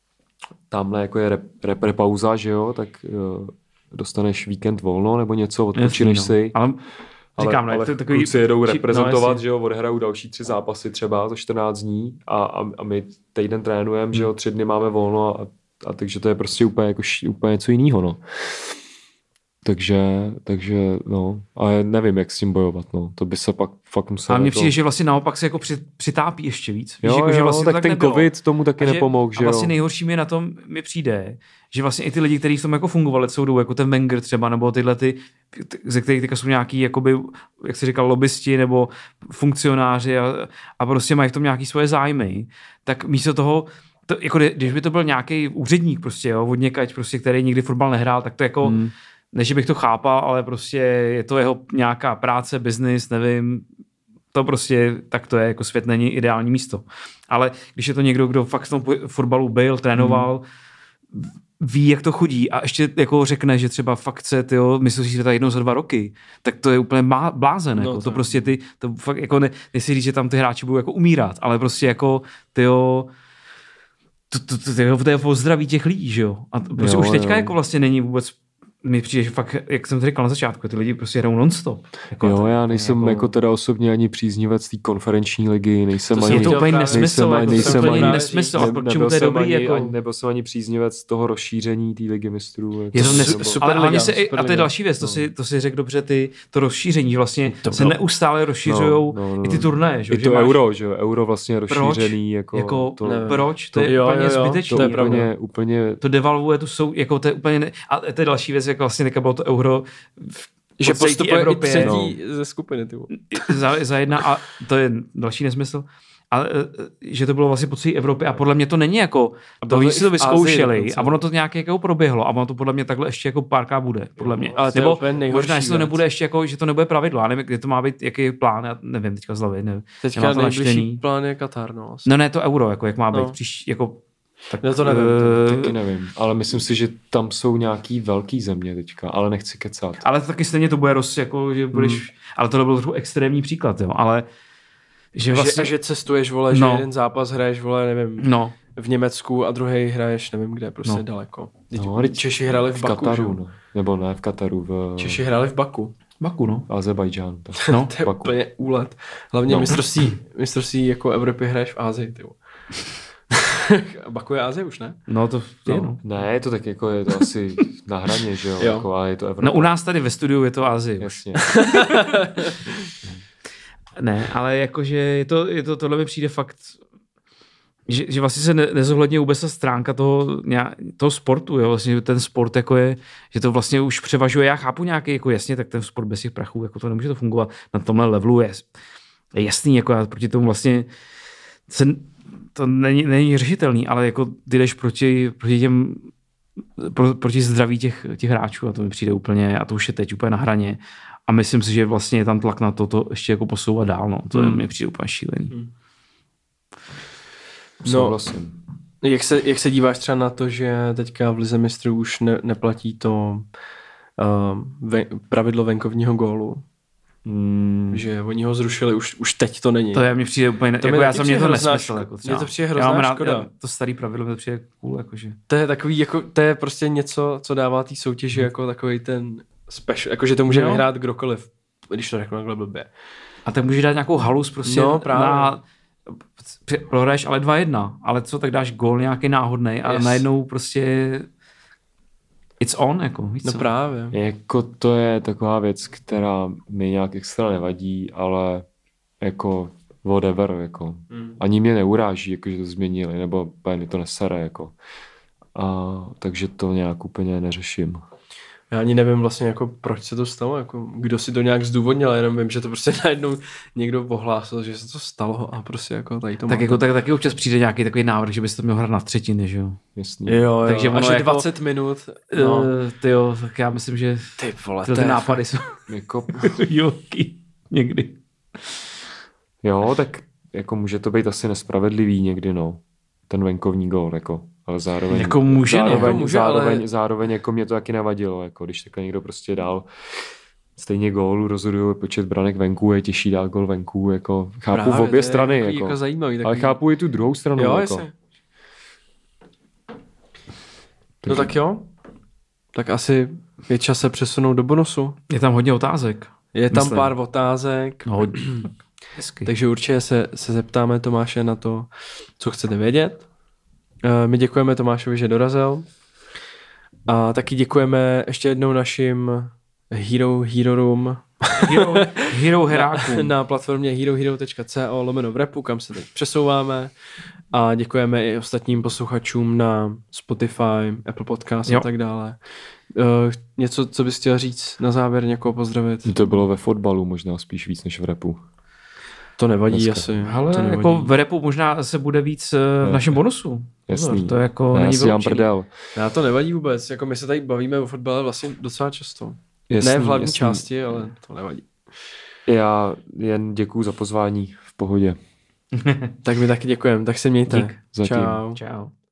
tamhle jako je rep, rep, repauza, že jo, tak uh, dostaneš víkend volno nebo něco, odpočineš jasný, no. si. Ale, ale, říkám, ale ne, to takový... kluci jedou reprezentovat, no, že jo, odhrajou další tři zápasy třeba za čtrnáct dní a, a, a my týden trénujeme, hmm. že jo, tři dny máme volno a, a takže to je prostě úplně, jako, úplně něco jiného, no. Takže, takže, no, ale nevím, jak s tím bojovat, no, to by se pak fakt muselo... A mně to... přijde, že vlastně naopak se jako při, přitápí ještě víc. Jo, Víš, jako, jo, že vlastně tak, tak ten nebylo. covid tomu taky a nepomohl, že jo. A vlastně nejhorší mi na tom mi přijde, že vlastně i ty lidi, kteří v tom jako fungovali celou dobu, jako ten Wenger třeba, nebo tyhle ty, ze kterých teďka jsou nějaký, jakoby, jak jsi říkal, lobbysti nebo funkcionáři a, a prostě mají v tom nějaký svoje zájmy, tak místo toho, to, jako, když by to byl nějaký úředník prostě, jo, odněkať, prostě, který nikdy fotbal nehrál, tak to jako hmm. ne, že bych to chápal, ale prostě je to jeho nějaká práce, biznis, nevím, to prostě, tak to je, jako svět není ideální místo. Ale když je to někdo, kdo fakt v tom fotbalu byl, trénoval, hmm. ví, jak to chodí a ještě jako řekne, že třeba fakt se, tyjo, myslíš, že to jednou za dva roky, tak to je úplně má, blázen, jako, no, to, to prostě ty, to fakt jako ne, nechci říct, že tam ty hráči budou jako umírat, ale prostě jako, tyjo, to, to, to, to, to je o zdraví těch lidí, že jo? A prostě jo, už teďka jo. jako vlastně není vůbec mi přijde, že fakt, jak jsem to říkal na začátku, ty lidi prostě hrajou non-stop. Jako jo, já nejsem jako... jako teda osobně ani příznivec té konferenční ligy, nejsem to ani... Je to úplně nesmysl, nejsem, nejsem úplně ani, nesmysl, a k čemu to je dobrý, ani, jako... Ani, nebyl jsem ani příznivec toho rozšíření té ligy mistrů. Je to nes... super ale liga, se, super a to je další věc, to, no. si, to si řekl dobře, ty, to rozšíření, že vlastně to se neustále rozšířujou no, no, no. i ty turnaje. Že? I to že euro, že euro vlastně rozšířený. Jako, jako to, proč? To je úplně zbytečný. úplně... To devalvuje tu sou, jako to je úplně... A to je další věc, jak vlastně teďka bylo to euro v že postupuje Evropě, i třetí no. ze skupiny. Za, za jedna a to je další nesmysl. ale že to bylo vlastně po celé Evropě a podle mě to není jako, A to bylo oni i si to v vyzkoušeli Asii a ono to nějak jako proběhlo a ono to podle mě takhle ještě jako párkrát bude, podle mě. Ale to je Nebo úplně nejhorší možná, že to věc. nebude ještě jako, že to nebude pravidlo, já nevím, kde to má být, jaký je plán, já nevím teďka z hlavy, nevím. Teďka Nemám to nejbližší načtený. plán je Katar, no. Asi. No ne, to euro, jako jak má být, No. příš, jako tak, Já to nevím, eh, Taky nevím, ale myslím si, že tam jsou nějaký velký země teďka, ale nechci kecat. ale to taky stejně to bude roz, jako, že budeš, Hmm. ale tohle byl trochu extrémní příklad, jo, ale že Vlastně... vlastně, Že, že cestuješ, vole, že No. jeden zápas hraješ, vole, nevím, no, v Německu a druhý hraješ, nevím kde, prostě No. daleko. Teď No, teď Češi hráli v, V Baku, že Kataru, jo? no. Nebo ne v Kataru, v Češi hráli v Baku. Baku, no. Azerbajdžán. No. To je Baku. úplně úlet. Hlavně No. no. mistrovství, mistrovství jako Evropy hraješ v Ázii, ty. Baku je Ázie už, ne? No to je, no. Ne, je to tak jako, je to asi na hraně, že jo, Jo. jako, ale je to Evropa. No u nás tady ve studiu je to Asie. Jasně. Ne, ale jakože je to, je to, tohle mi přijde fakt, že, že vlastně se ne, nezohledně vůbec ta stránka toho, nějak, toho sportu, jo, vlastně ten sport jako je, že to vlastně už převažuje, já chápu nějaký, jako jasně, tak ten sport bez těch prachů, jako to nemůže to fungovat na tomhle levelu, je, je jasný, jako já proti tomu vlastně se, to není, není řešitelný, ale jako ty jdeš proti, proti těm pro, proti zdraví těch, těch hráčů a to mi přijde úplně, a to už je teď úplně na hraně a myslím si, že vlastně je tam tlak na to, to ještě jako posouvat dál, no. To Hmm. mi přijde úplně šílený. Hmm. Souhlasím. Jak se, jak se díváš třeba na to, že teďka v Lize mistrů už ne, neplatí to uh, ve, pravidlo venkovního gólu? Mm, Že oni ho zrušili, už, už teď to není. To je, mi přijde úplně, To jako mi já taky jsem mě to přijde hrozná nesmysl. škoda. Jako Mně to přijde já hrozná mám rád, škoda. já, to starý pravidlo mi to přijde cool, jakože. To je takový, jako, to je prostě něco, co dává té soutěži jako takový ten special, jakože to může Jo. vyhrát kdokoliv, když to řeknu takhle blbě. A tak můžeš dát nějakou halus prostě No, právě. na... Prohraješ ale dva jedna, ale co, tak dáš gól nějaký náhodnej a Yes. najednou prostě it's on, jako, víš No co? právě. jako to je taková věc, která mi nějak extra nevadí, ale jako whatever, jako. Mm. Ani mě neuráží, jako, že to změnili, nebo úplně mi to nesere, jako. A, takže to nějak úplně neřeším. Já ani nevím vlastně, jako, proč se to stalo, jako, kdo si to nějak zdůvodnil, jenom vím, že to prostě najednou někdo pohlásil, že se to stalo a prostě jako tady to Tak má. jako tak, taky občas přijde nějaký takový návrh, že bys to měl hrát na třetiny, že jo? Jasný. Jo, jo, Takže ono až je jako- dvacet minut. No. No. Uh, ty jo, tak já myslím, že Ty vole, tyhle to ty je nápady jsou Jako, velký někdy. jo, tak jako může to být asi nespravedlivý někdy, no. Ten venkovní gól, jako. Ale zároveň, Jako může, no. zároveň, Jako může, zároveň, ale- zároveň jako mě to taky nevadilo, jako když takhle někdo prostě dál stejně gólu, rozhoduje počet branek venku, je těžší dát gól venku, jako chápu Právě, v to obě je strany, takový jako, jako zajímavý. ale Takový... chápu i tu druhou stranu, Jo, jako. jasně. No tak jo. Tak asi je čas se přesunout do bonusu. Je tam hodně otázek. Je tam Myslím. pár otázek, No hodně. Hezky. takže určitě se, se zeptáme Tomáše na to, co chcete vědět. Eh, My děkujeme Tomášovi, že dorazil. A taky děkujeme ještě jednou našim Hero Heroům Hero, hero heráků. na platformě herohero tečka co lomeno v repu, kam se teď přesouváme. A děkujeme i ostatním posluchačům na Spotify, Apple Podcast Jo. a tak dále. Uh, něco, co bys chtěl říct na závěr, někoho pozdravit? To bylo ve fotbalu možná spíš víc než v rapu. To nevadí Dneska. asi. Ale to nevadí. jako v repu možná se bude víc eh, v Ne. našem bonusu. Jasný. Pozor, to jako Ne, já není si dám vyloučený. prdel. Já to nevadí vůbec. Jako my se tady bavíme o fotbale vlastně docela často. Jasný, ne v hlavní jasný. části, ale to nevadí. Já jen děkuju za pozvání, v pohodě. Tak my taky děkujeme. Tak se mějte. Dík. Zatím. Čau. Čau.